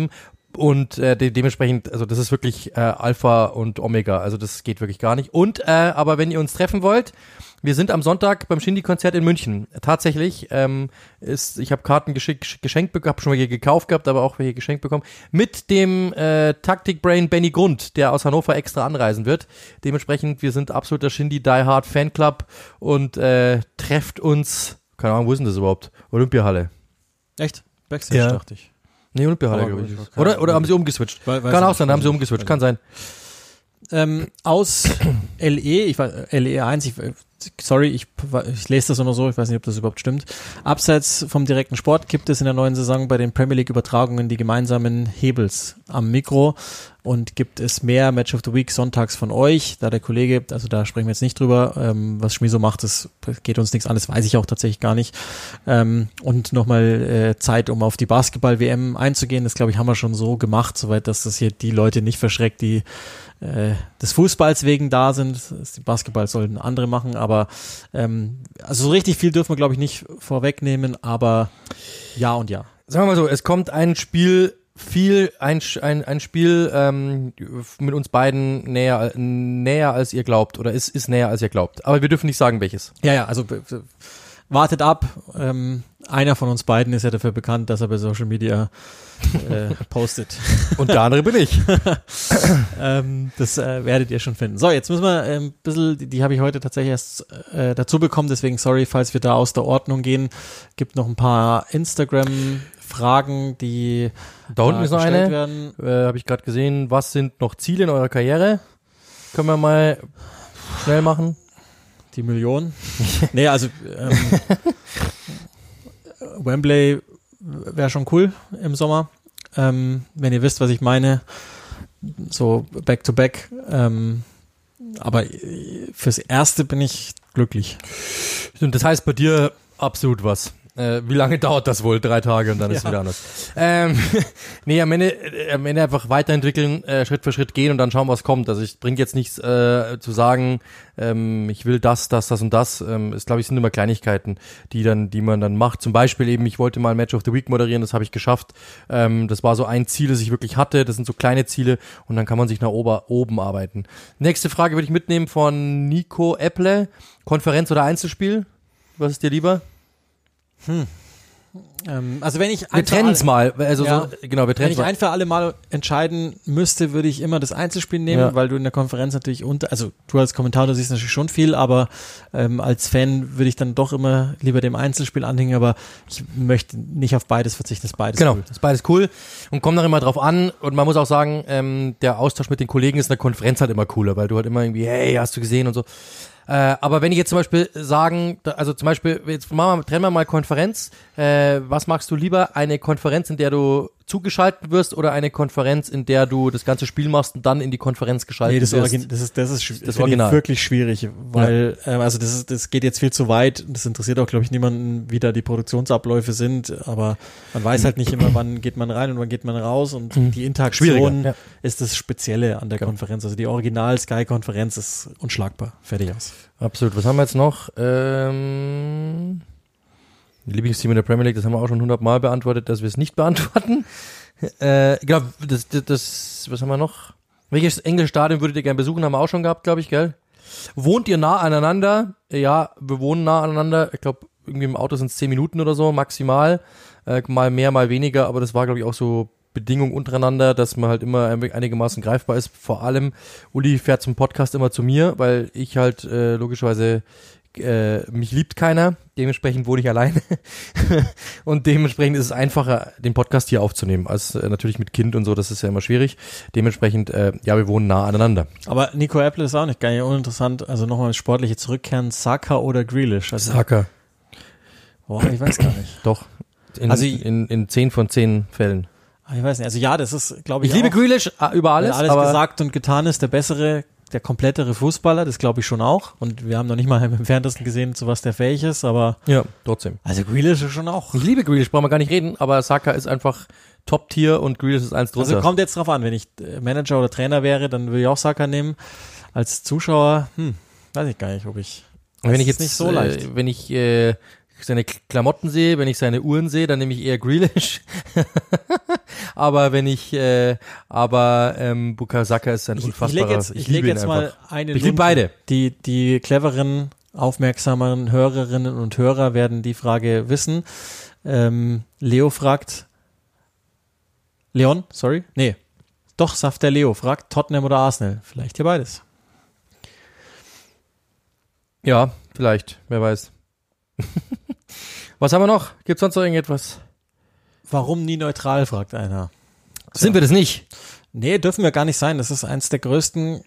Und dementsprechend, also das ist wirklich Alpha und Omega, also das geht wirklich gar nicht. Und aber wenn ihr uns treffen wollt, wir sind am Sonntag beim Shindy-Konzert in München. Tatsächlich, ich habe Karten geschenkt bekommen, habe schon welche gekauft gehabt, aber auch welche geschenkt bekommen, mit dem Taktikbrain Benny Grund, der aus Hannover extra anreisen wird. Dementsprechend, wir sind absoluter Shindy Die Hard Fanclub und trefft uns, keine Ahnung, wo ist denn das überhaupt? Olympiahalle. Echt? Backstage, dachte ich. Nee, Olympiahalle, glaube ich. Oder haben sie umgeswitzt? Kann auch sein, da haben sie umgeswitcht, kann sein. Aus LE, ich war LE1, ich lese das immer so, ich weiß nicht, ob das überhaupt stimmt. Abseits vom direkten Sport gibt es in der neuen Saison bei den Premier League Übertragungen die gemeinsamen Hebels am Mikro und gibt es mehr Match of the Week sonntags von euch, da der Kollege, also da sprechen wir jetzt nicht drüber, was Schmi so macht, das geht uns nichts an, das weiß ich auch tatsächlich gar nicht. Und nochmal Zeit, um auf die Basketball-WM einzugehen, das glaube ich haben wir schon so gemacht, soweit, dass das hier die Leute nicht verschreckt, die des Fußballs wegen da sind. Die Basketball sollten andere machen, aber also so richtig viel dürfen wir, glaube ich, nicht vorwegnehmen, aber ja und ja. Sagen wir mal so, es kommt ein Spiel ein Spiel mit uns beiden näher als ihr glaubt oder ist näher als ihr glaubt. Aber wir dürfen nicht sagen, welches. Ja, also wartet ab. Einer von uns beiden ist ja dafür bekannt, dass er bei Social Media postet. Und der andere bin ich. Das werdet ihr schon finden. So, jetzt müssen wir ein bisschen, die habe ich heute tatsächlich erst dazu bekommen, deswegen sorry, falls wir da aus der Ordnung gehen. Gibt noch ein paar Instagram-Fragen, die da unten ist noch eine, werden. Habe ich gerade gesehen. Was sind noch Ziele in eurer Karriere? Können wir mal schnell machen. Die Million. Nee, also Wembley wäre schon cool im Sommer. Wenn ihr wisst, was ich meine. So back-to-back. Aber fürs Erste bin ich glücklich. Und das heißt bei dir absolut was. Wie lange dauert das wohl? 3 Tage und dann ist es wieder anders. Nee, am Ende einfach weiterentwickeln, Schritt für Schritt gehen und dann schauen, was kommt. Also ich bringt jetzt nichts zu sagen, ich will das und das. Es glaube ich sind immer Kleinigkeiten, die man dann macht. Zum Beispiel eben, ich wollte mal Match of the Week moderieren, das habe ich geschafft. Das war so ein Ziel, das ich wirklich hatte. Das sind so kleine Ziele und dann kann man sich nach oben arbeiten. Nächste Frage würde ich mitnehmen von Nico Epple. Konferenz oder Einzelspiel? Was ist dir lieber? Also wenn ich wir trennen es mal, also ja, so, genau, wir trennen wenn ich ein für alle Mal entscheiden müsste, würde ich immer das Einzelspiel nehmen, weil du in der Konferenz natürlich also du als Kommentator siehst natürlich schon viel, aber als Fan würde ich dann doch immer lieber dem Einzelspiel anhängen, aber ich möchte nicht auf beides verzichten, das ist beides genau, cool. Das ist beides cool und kommt dann immer drauf an und man muss auch sagen, der Austausch mit den Kollegen ist in der Konferenz halt immer cooler, weil du halt immer irgendwie, hey, hast du gesehen und so. Aber wenn ich jetzt zum Beispiel trennen wir mal Konferenz, was magst du lieber? Eine Konferenz, in der du zugeschaltet wirst oder eine Konferenz, in der du das ganze Spiel machst und dann in die Konferenz geschaltet wirst? Das ist wirklich schwierig, weil also das geht jetzt viel zu weit. Das interessiert auch, glaube ich, niemanden, wie da die Produktionsabläufe sind, aber man weiß halt nicht immer, wann geht man rein und wann geht man raus und die Interaktion ist das Spezielle an der Konferenz. Also die Original-Sky-Konferenz ist unschlagbar. Fertig aus. Absolut. Was haben wir jetzt noch? Lieblingsteam in der Premier League, das haben wir auch schon 100-mal beantwortet, dass wir es nicht beantworten. Ich glaube, was haben wir noch? Welches englische Stadion würdet ihr gerne besuchen? Haben wir auch schon gehabt, glaube ich, gell? Wohnt ihr nah aneinander? Ja, wir wohnen nah aneinander. Ich glaube, irgendwie im Auto sind es 10 Minuten oder so, maximal. Mal mehr, mal weniger, aber das war, glaube ich, auch so Bedingung untereinander, dass man halt immer einigermaßen greifbar ist. Vor allem, Uli fährt zum Podcast immer zu mir, weil ich halt logischerweise mich liebt keiner, dementsprechend wohne ich alleine und dementsprechend ist es einfacher, den Podcast hier aufzunehmen, als natürlich mit Kind und so, das ist ja immer schwierig. Dementsprechend, wir wohnen nah aneinander. Aber Nico Apple ist auch nicht gar nicht uninteressant, also nochmal sportliche zurückkehren, Saka oder Grealish? Also, Saka. Boah, ich weiß gar nicht. Doch, in 10 von 10 Fällen. Ich weiß nicht, also ja, das ist, glaube ich, liebe Grealish über alles, wenn alles gesagt und getan ist, der komplettere Fußballer, das glaube ich schon auch. Und wir haben noch nicht mal im Entferntesten gesehen, zu was der fähig ist, aber ja, trotzdem. Also Grealish ist schon auch. Ich liebe Grealish, brauchen wir gar nicht reden, aber Saka ist einfach Top-Tier und Grealish ist eins drunter. Also kommt jetzt drauf an, wenn ich Manager oder Trainer wäre, dann würde ich auch Saka nehmen. Als Zuschauer, weiß ich gar nicht, ob ich. Wenn ich jetzt nicht so leicht. Wenn ich seine Klamotten sehe, wenn ich seine Uhren sehe, dann nehme ich eher Grealish. Aber Bukayo Saka ist ein unfassbarer. Ich lege jetzt mal eine Ich liebe beide. Die cleveren, aufmerksameren Hörerinnen und Hörer werden die Frage wissen. Leon, Saft der Leo fragt Tottenham oder Arsenal. Vielleicht hier beides. Ja, vielleicht, wer weiß. Was haben wir noch? Gibt's sonst noch irgendetwas? Warum nie neutral, fragt einer. Sind wir das nicht? Nee, dürfen wir gar nicht sein. Das ist eins der größten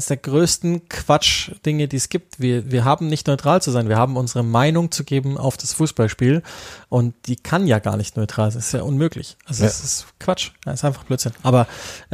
Quatsch-Dinge, die es gibt. Wir haben nicht neutral zu sein. Wir haben unsere Meinung zu geben auf das Fußballspiel und die kann ja gar nicht neutral sein. Das ist ja unmöglich. Also das ist Quatsch. Das ist einfach Blödsinn. Aber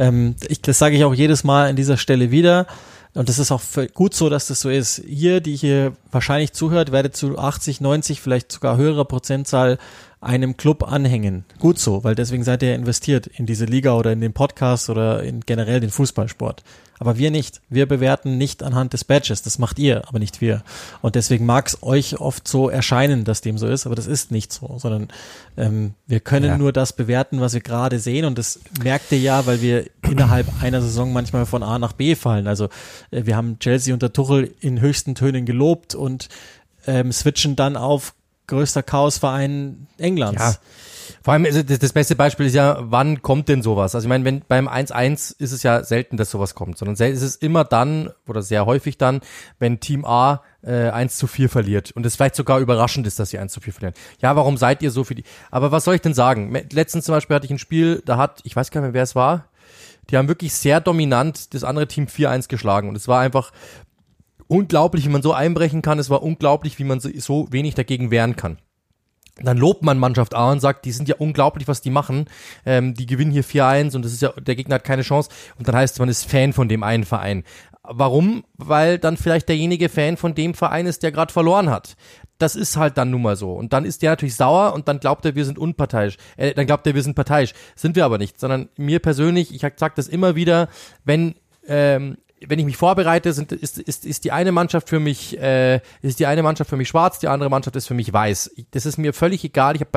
das sage ich auch jedes Mal an dieser Stelle wieder. Und das ist auch gut so, dass das so ist. Ihr, die hier wahrscheinlich zuhört, werdet zu 80, 90, vielleicht sogar höherer Prozentzahl einem Club anhängen. Gut so, weil deswegen seid ihr investiert in diese Liga oder in den Podcast oder in generell den Fußballsport. Aber wir nicht. Wir bewerten nicht anhand des Badges. Das macht ihr, aber nicht wir. Und deswegen mag es euch oft so erscheinen, dass dem so ist, aber das ist nicht so, sondern wir können nur das bewerten, was wir gerade sehen. Und das merkt ihr ja, weil wir innerhalb einer Saison manchmal von A nach B fallen. Also wir haben Chelsea unter Tuchel in höchsten Tönen gelobt und switchen dann auf größter Chaosverein Englands. Ja. Vor allem, das beste Beispiel ist ja, wann kommt denn sowas? Also ich meine, wenn beim 1-1 ist es ja selten, dass sowas kommt, sondern ist es immer dann, oder sehr häufig dann, wenn Team A 1-4 verliert und es vielleicht sogar überraschend ist, dass sie 1-4 verlieren. Ja, warum seid ihr so für die? Aber was soll ich denn sagen? Letztens zum Beispiel hatte ich ein Spiel, ich weiß gar nicht mehr, wer es war, die haben wirklich sehr dominant das andere Team 4-1 geschlagen und es war einfach unglaublich, wie man so einbrechen kann. Es war unglaublich, wie man so wenig dagegen wehren kann. Dann lobt man Mannschaft A und sagt, die sind ja unglaublich, was die machen. Die gewinnen hier 4-1 und das ist ja, der Gegner hat keine Chance. Und dann heißt es, man ist Fan von dem einen Verein. Warum? Weil dann vielleicht derjenige Fan von dem Verein ist, der gerade verloren hat. Das ist halt dann nun mal so. Und dann ist der natürlich sauer und dann glaubt er, wir sind unparteiisch. Dann glaubt er, wir sind parteiisch. Sind wir aber nicht. Sondern mir persönlich, ich sag das immer wieder, wenn ich mich vorbereite, ist die eine Mannschaft für mich schwarz, die andere Mannschaft ist für mich weiß. Das ist mir völlig egal. Ich habe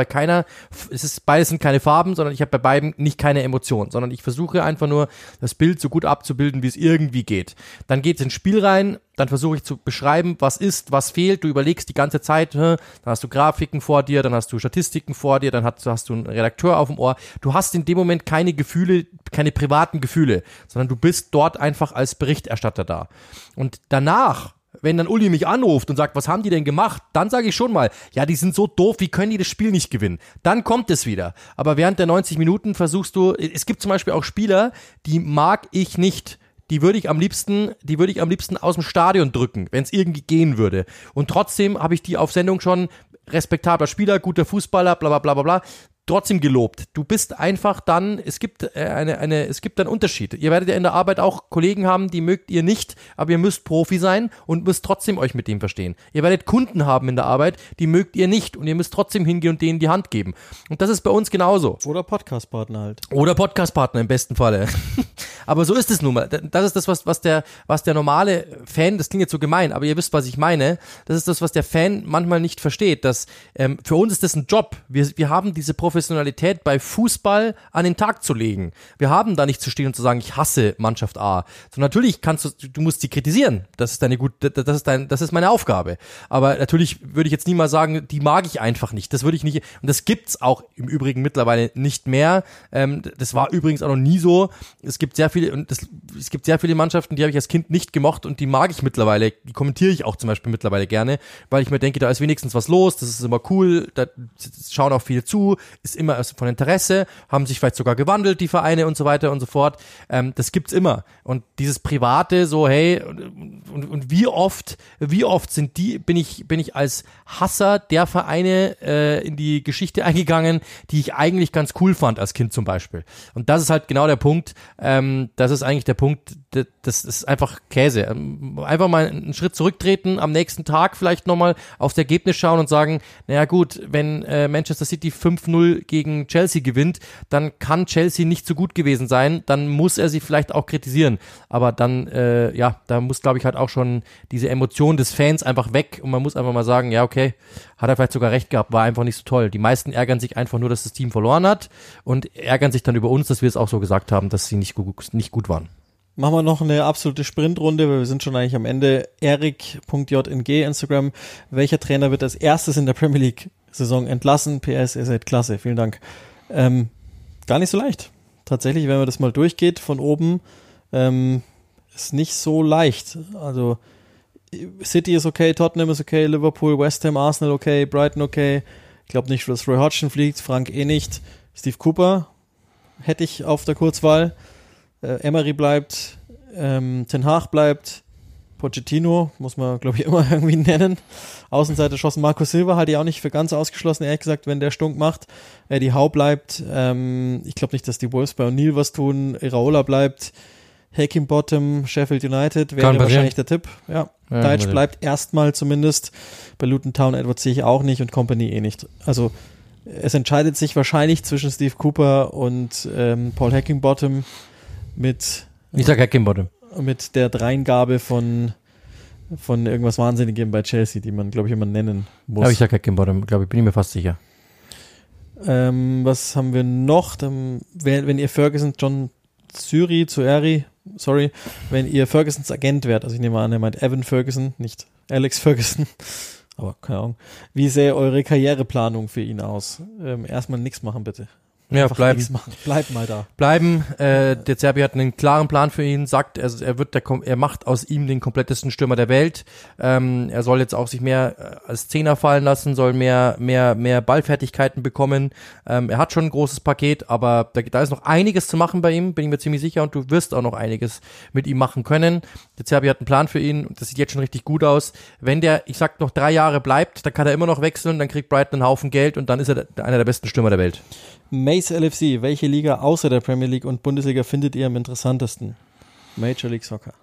beides sind keine Farben, sondern ich habe bei beiden nicht keine Emotion, sondern ich versuche einfach nur das Bild so gut abzubilden, wie es irgendwie geht. Dann geht's ins Spiel rein. Dann versuche ich zu beschreiben, was ist, was fehlt. Du überlegst die ganze Zeit, dann hast du Grafiken vor dir, dann hast du Statistiken vor dir, dann hast du einen Redakteur auf dem Ohr. Du hast in dem Moment keine Gefühle, keine privaten Gefühle, sondern du bist dort einfach als Berichterstatter da. Und danach, wenn dann Uli mich anruft und sagt, was haben die denn gemacht, dann sage ich schon mal, ja, die sind so doof, wie können die das Spiel nicht gewinnen? Dann kommt es wieder. Aber während der 90 Minuten versuchst du, es gibt zum Beispiel auch Spieler, die mag ich nicht. Die würde ich am liebsten aus dem Stadion drücken, wenn es irgendwie gehen würde. Und trotzdem habe ich die auf Sendung schon respektabler Spieler, guter Fußballer, bla bla bla bla bla, trotzdem gelobt. Du bist einfach dann, es gibt einen Unterschied. Ihr werdet ja in der Arbeit auch Kollegen haben, die mögt ihr nicht, aber ihr müsst Profi sein und müsst trotzdem euch mit dem verstehen. Ihr werdet Kunden haben in der Arbeit, die mögt ihr nicht und ihr müsst trotzdem hingehen und denen die Hand geben. Und das ist bei uns genauso. Oder Podcastpartner halt. Oder Podcastpartner im besten Falle. Aber so ist es nun mal. Das ist das, was der normale Fan, das klingt jetzt so gemein, aber ihr wisst, was ich meine. Das ist das, was der Fan manchmal nicht versteht. Dass für uns ist das ein Job. Wir haben diese Professionalität bei Fußball an den Tag zu legen. Wir haben da nicht zu stehen und zu sagen, ich hasse Mannschaft A. So natürlich du musst sie kritisieren. Das ist meine Aufgabe. Aber natürlich würde ich jetzt nie mal sagen, die mag ich einfach nicht. Das würde ich nicht. Und das gibt's auch im Übrigen mittlerweile nicht mehr. Das war übrigens auch noch nie so. Es gibt sehr viele Mannschaften, die habe ich als Kind nicht gemocht und die mag ich mittlerweile, die kommentiere ich auch zum Beispiel mittlerweile gerne, weil ich mir denke, da ist wenigstens was los, das ist immer cool, da schauen auch viele zu, ist immer von Interesse, haben sich vielleicht sogar gewandelt, die Vereine und so weiter und so fort. Das gibt's immer. Und dieses Private, so hey, und wie oft bin ich als Hasser der Vereine in die Geschichte eingegangen, die ich eigentlich ganz cool fand als Kind zum Beispiel. Und das ist halt genau der Punkt, das ist eigentlich der Punkt, das ist einfach Käse. Einfach mal einen Schritt zurücktreten, am nächsten Tag vielleicht nochmal aufs Ergebnis schauen und sagen, naja gut, wenn Manchester City 5-0 gegen Chelsea gewinnt, dann kann Chelsea nicht so gut gewesen sein, dann muss er sie vielleicht auch kritisieren. Aber dann, da muss, glaube ich, halt auch schon diese Emotion des Fans einfach weg und man muss einfach mal sagen, ja okay, hat er vielleicht sogar recht gehabt, war einfach nicht so toll. Die meisten ärgern sich einfach nur, dass das Team verloren hat und ärgern sich dann über uns, dass wir es auch so gesagt haben, dass sie nicht gut waren. Machen wir noch eine absolute Sprintrunde, weil wir sind schon eigentlich am Ende. Erik.jng Instagram. Welcher Trainer wird als erstes in der Premier League-Saison entlassen? PS, ihr seid klasse. Vielen Dank. Gar nicht so leicht. Tatsächlich, wenn man das mal durchgeht von oben, ist nicht so leicht. Also City ist okay, Tottenham ist okay, Liverpool, West Ham, Arsenal okay, Brighton okay. Ich glaube nicht, dass Roy Hodgson fliegt, Frank nicht. Steve Cooper hätte ich auf der Kurzwahl. Emery bleibt, Ten Hag bleibt, Pochettino muss man, glaube ich, immer irgendwie nennen. Außenseiter schossen Marco Silva halte ich auch nicht für ganz ausgeschlossen, ehrlich gesagt, wenn der Stunk macht. Eddie Howe bleibt. Ich glaube nicht, dass die Wolves bei O'Neill was tun. Iraola bleibt. Hickenbottom, Sheffield United wäre wahrscheinlich der Tipp. Ja, Deitch bleibt erstmal zumindest. Bei Luton Town Edwards sehe ich auch nicht und Company nicht. Also es entscheidet sich wahrscheinlich zwischen Steve Cooper und Paul Hickenbottom ich sag Hickenbottom. Mit der Dreingabe von irgendwas Wahnsinnigem bei Chelsea, die man, glaube ich, immer nennen muss. Aber ich sag Hickenbottom, glaube ich, bin ich mir fast sicher. Was haben wir noch? Dann, wenn ihr Ferguson, John Zyri, wenn ihr Fergusons Agent wärt, also ich nehme an, er meint Evan Ferguson, nicht Alex Ferguson, aber keine Ahnung. Wie sähe eure Karriereplanung für ihn aus? Erstmal nichts machen, bitte. Ja, bleiben. Bleib mal da. Bleiben. Der Zerbi hat einen klaren Plan für ihn, sagt, er macht aus ihm den komplettesten Stürmer der Welt. Er soll jetzt auch sich mehr als Zehner fallen lassen, soll mehr Ballfertigkeiten bekommen. Er hat schon ein großes Paket, aber da ist noch einiges zu machen bei ihm, bin ich mir ziemlich sicher, und du wirst auch noch einiges mit ihm machen können. Der Zerbi hat einen Plan für ihn und das sieht jetzt schon richtig gut aus. Wenn der, ich sag, noch 3 Jahre bleibt, dann kann er immer noch wechseln, dann kriegt Brighton einen Haufen Geld und dann ist er einer der besten Stürmer der Welt. Mace LFC, welche Liga außer der Premier League und Bundesliga findet ihr am interessantesten? Major League Soccer.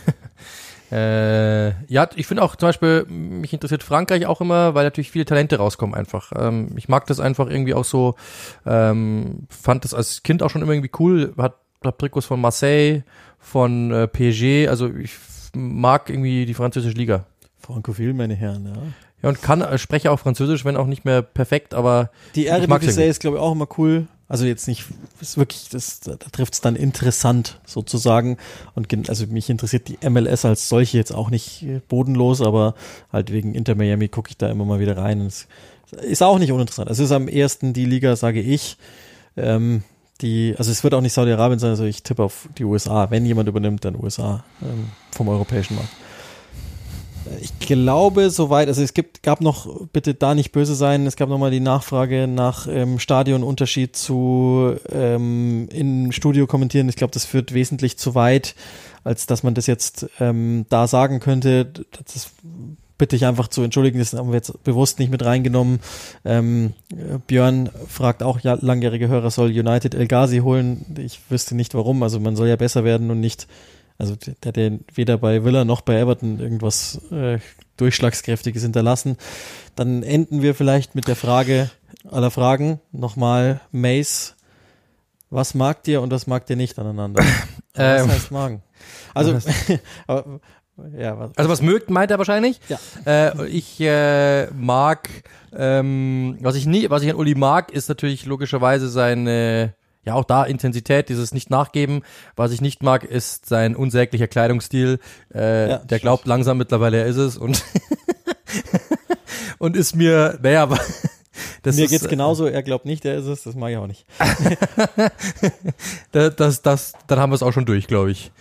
Ich finde auch zum Beispiel, mich interessiert Frankreich auch immer, weil natürlich viele Talente rauskommen einfach. Ich mag das einfach irgendwie auch so, fand das als Kind auch schon immer irgendwie cool, hab Trikots von Marseille, von PSG, also ich mag irgendwie die französische Liga. Francophile, meine Herren, ja. Ja, und spreche auch Französisch, wenn auch nicht mehr perfekt, aber die Eredivisie ist, glaube ich, auch immer cool. Also jetzt nicht, ist wirklich, da trifft es dann interessant sozusagen. Und also mich interessiert die MLS als solche jetzt auch nicht bodenlos, aber halt wegen Inter Miami gucke ich da immer mal wieder rein. Und es ist auch nicht uninteressant. Also es ist am ehesten die Liga, sage ich. Also es wird auch nicht Saudi-Arabien sein, also ich tippe auf die USA. Wenn jemand übernimmt, dann USA vom europäischen Markt. Ich glaube, soweit, also gab noch, bitte da nicht böse sein, es gab nochmal die Nachfrage nach Stadionunterschied zu in Studio kommentieren. Ich glaube, das führt wesentlich zu weit, als dass man das jetzt da sagen könnte. Das bitte ich einfach zu entschuldigen, das haben wir jetzt bewusst nicht mit reingenommen. Björn fragt auch, ja, langjährige Hörer, soll United El Ghazi holen? Ich wüsste nicht warum, also man soll ja besser werden und nicht. Also der hat ja weder bei Villa noch bei Everton irgendwas Durchschlagskräftiges hinterlassen. Dann enden wir vielleicht mit der Frage aller Fragen. Nochmal, Mace, was mag dir und was mag dir nicht aneinander? Was heißt magen? Also, was mögt, meint er wahrscheinlich? Ja. Ich mag, was ich an Uli mag, ist natürlich logischerweise seine... Ja, auch da Intensität, dieses Nicht-Nachgeben. Was ich nicht mag, ist sein unsäglicher Kleidungsstil. Der glaubt langsam mittlerweile, er ist es. Und und ist mir, naja, das mir geht's genauso, er glaubt nicht, er ist es, das mag ich auch nicht. Dann haben wir es auch schon durch, glaube ich.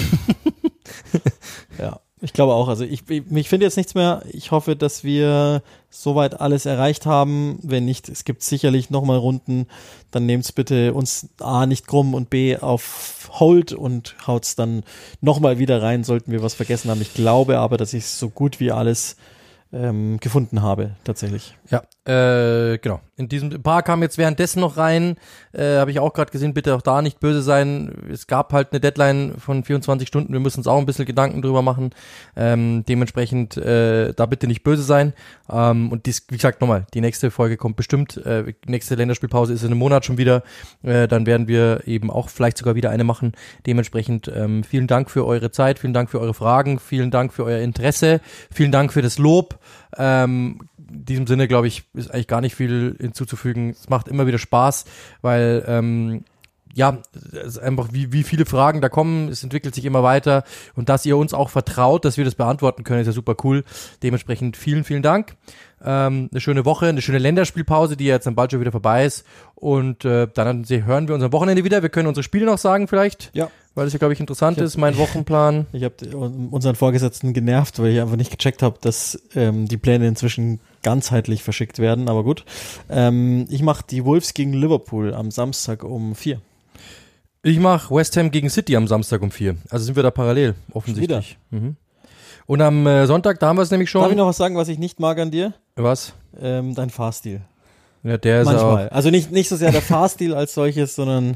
Ja, ich glaube auch. Also ich finde jetzt nichts mehr. Ich hoffe, dass wir soweit alles erreicht haben. Wenn nicht, es gibt sicherlich nochmal Runden. Dann nehmt's bitte uns A nicht krumm und B auf Hold und haut's dann nochmal wieder rein, sollten wir was vergessen haben. Ich glaube aber, dass ich so gut wie alles gefunden habe, tatsächlich. Ja, genau. In diesem paar kamen jetzt währenddessen noch rein, habe ich auch gerade gesehen, bitte auch da nicht böse sein. Es gab halt eine Deadline von 24 Stunden, wir müssen uns auch ein bisschen Gedanken drüber machen. Dementsprechend da bitte nicht böse sein. Und dies, wie gesagt, nochmal, die nächste Folge kommt bestimmt. Nächste Länderspielpause ist in einem Monat schon wieder. Dann werden wir eben auch vielleicht sogar wieder eine machen. Dementsprechend vielen Dank für eure Zeit, vielen Dank für eure Fragen, vielen Dank für euer Interesse, vielen Dank für das Lob. In diesem Sinne, glaube ich, ist eigentlich gar nicht viel hinzuzufügen. Es macht immer wieder Spaß, weil ja, es ist einfach wie viele Fragen da kommen, es entwickelt sich immer weiter und dass ihr uns auch vertraut, dass wir das beantworten können, ist ja super cool. Dementsprechend vielen, vielen Dank. Eine schöne Woche, eine schöne Länderspielpause, die jetzt dann bald schon wieder vorbei ist und dann hören wir uns am Wochenende wieder. Wir können unsere Spiele noch sagen vielleicht. Ja. Weil das ja, glaube ich, interessant ist, mein Wochenplan. Ich habe unseren Vorgesetzten genervt, weil ich einfach nicht gecheckt habe, dass die Pläne inzwischen ganzheitlich verschickt werden, aber gut. Ich mache die Wolves gegen Liverpool am Samstag um 4. Ich mache West Ham gegen City am Samstag um 4. Also sind wir da parallel, offensichtlich. Mhm. Und am Sonntag, da haben wir es nämlich schon. Darf ich noch was sagen, was ich nicht mag an dir? Was? Dein Fahrstil. Ja, der ist manchmal. auch. Also nicht so sehr der Fahrstil als solches, sondern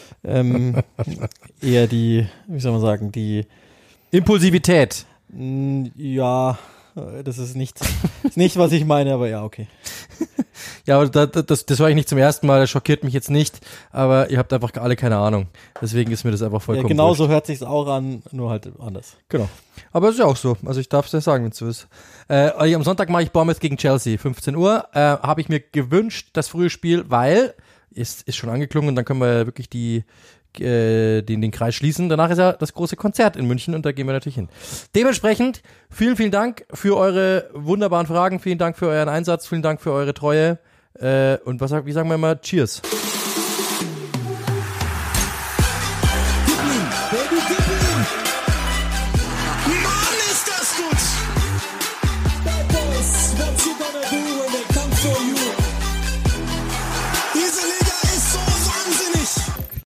eher die, wie soll man sagen, die Impulsivität. Ja, das ist nicht, was ich meine, aber ja, okay. Ja, aber das war ich nicht zum ersten Mal, das schockiert mich jetzt nicht, aber ihr habt einfach alle keine Ahnung. Deswegen ist mir das einfach vollkommen genau wurscht. so hört sich's auch an, nur halt anders. Genau. Aber es ist ja auch so. Also ich darf es ja sagen, wenn es so ist. Am Sonntag mache ich Bournemouth gegen Chelsea, 15 Uhr. Habe ich mir gewünscht, das frühe Spiel, weil ist schon angeklungen und dann können wir wirklich den Kreis schließen. Danach ist ja das große Konzert in München und da gehen wir natürlich hin. Dementsprechend vielen, vielen Dank für eure wunderbaren Fragen, vielen Dank für euren Einsatz, vielen Dank für eure Treue und wie sagen wir immer? Cheers.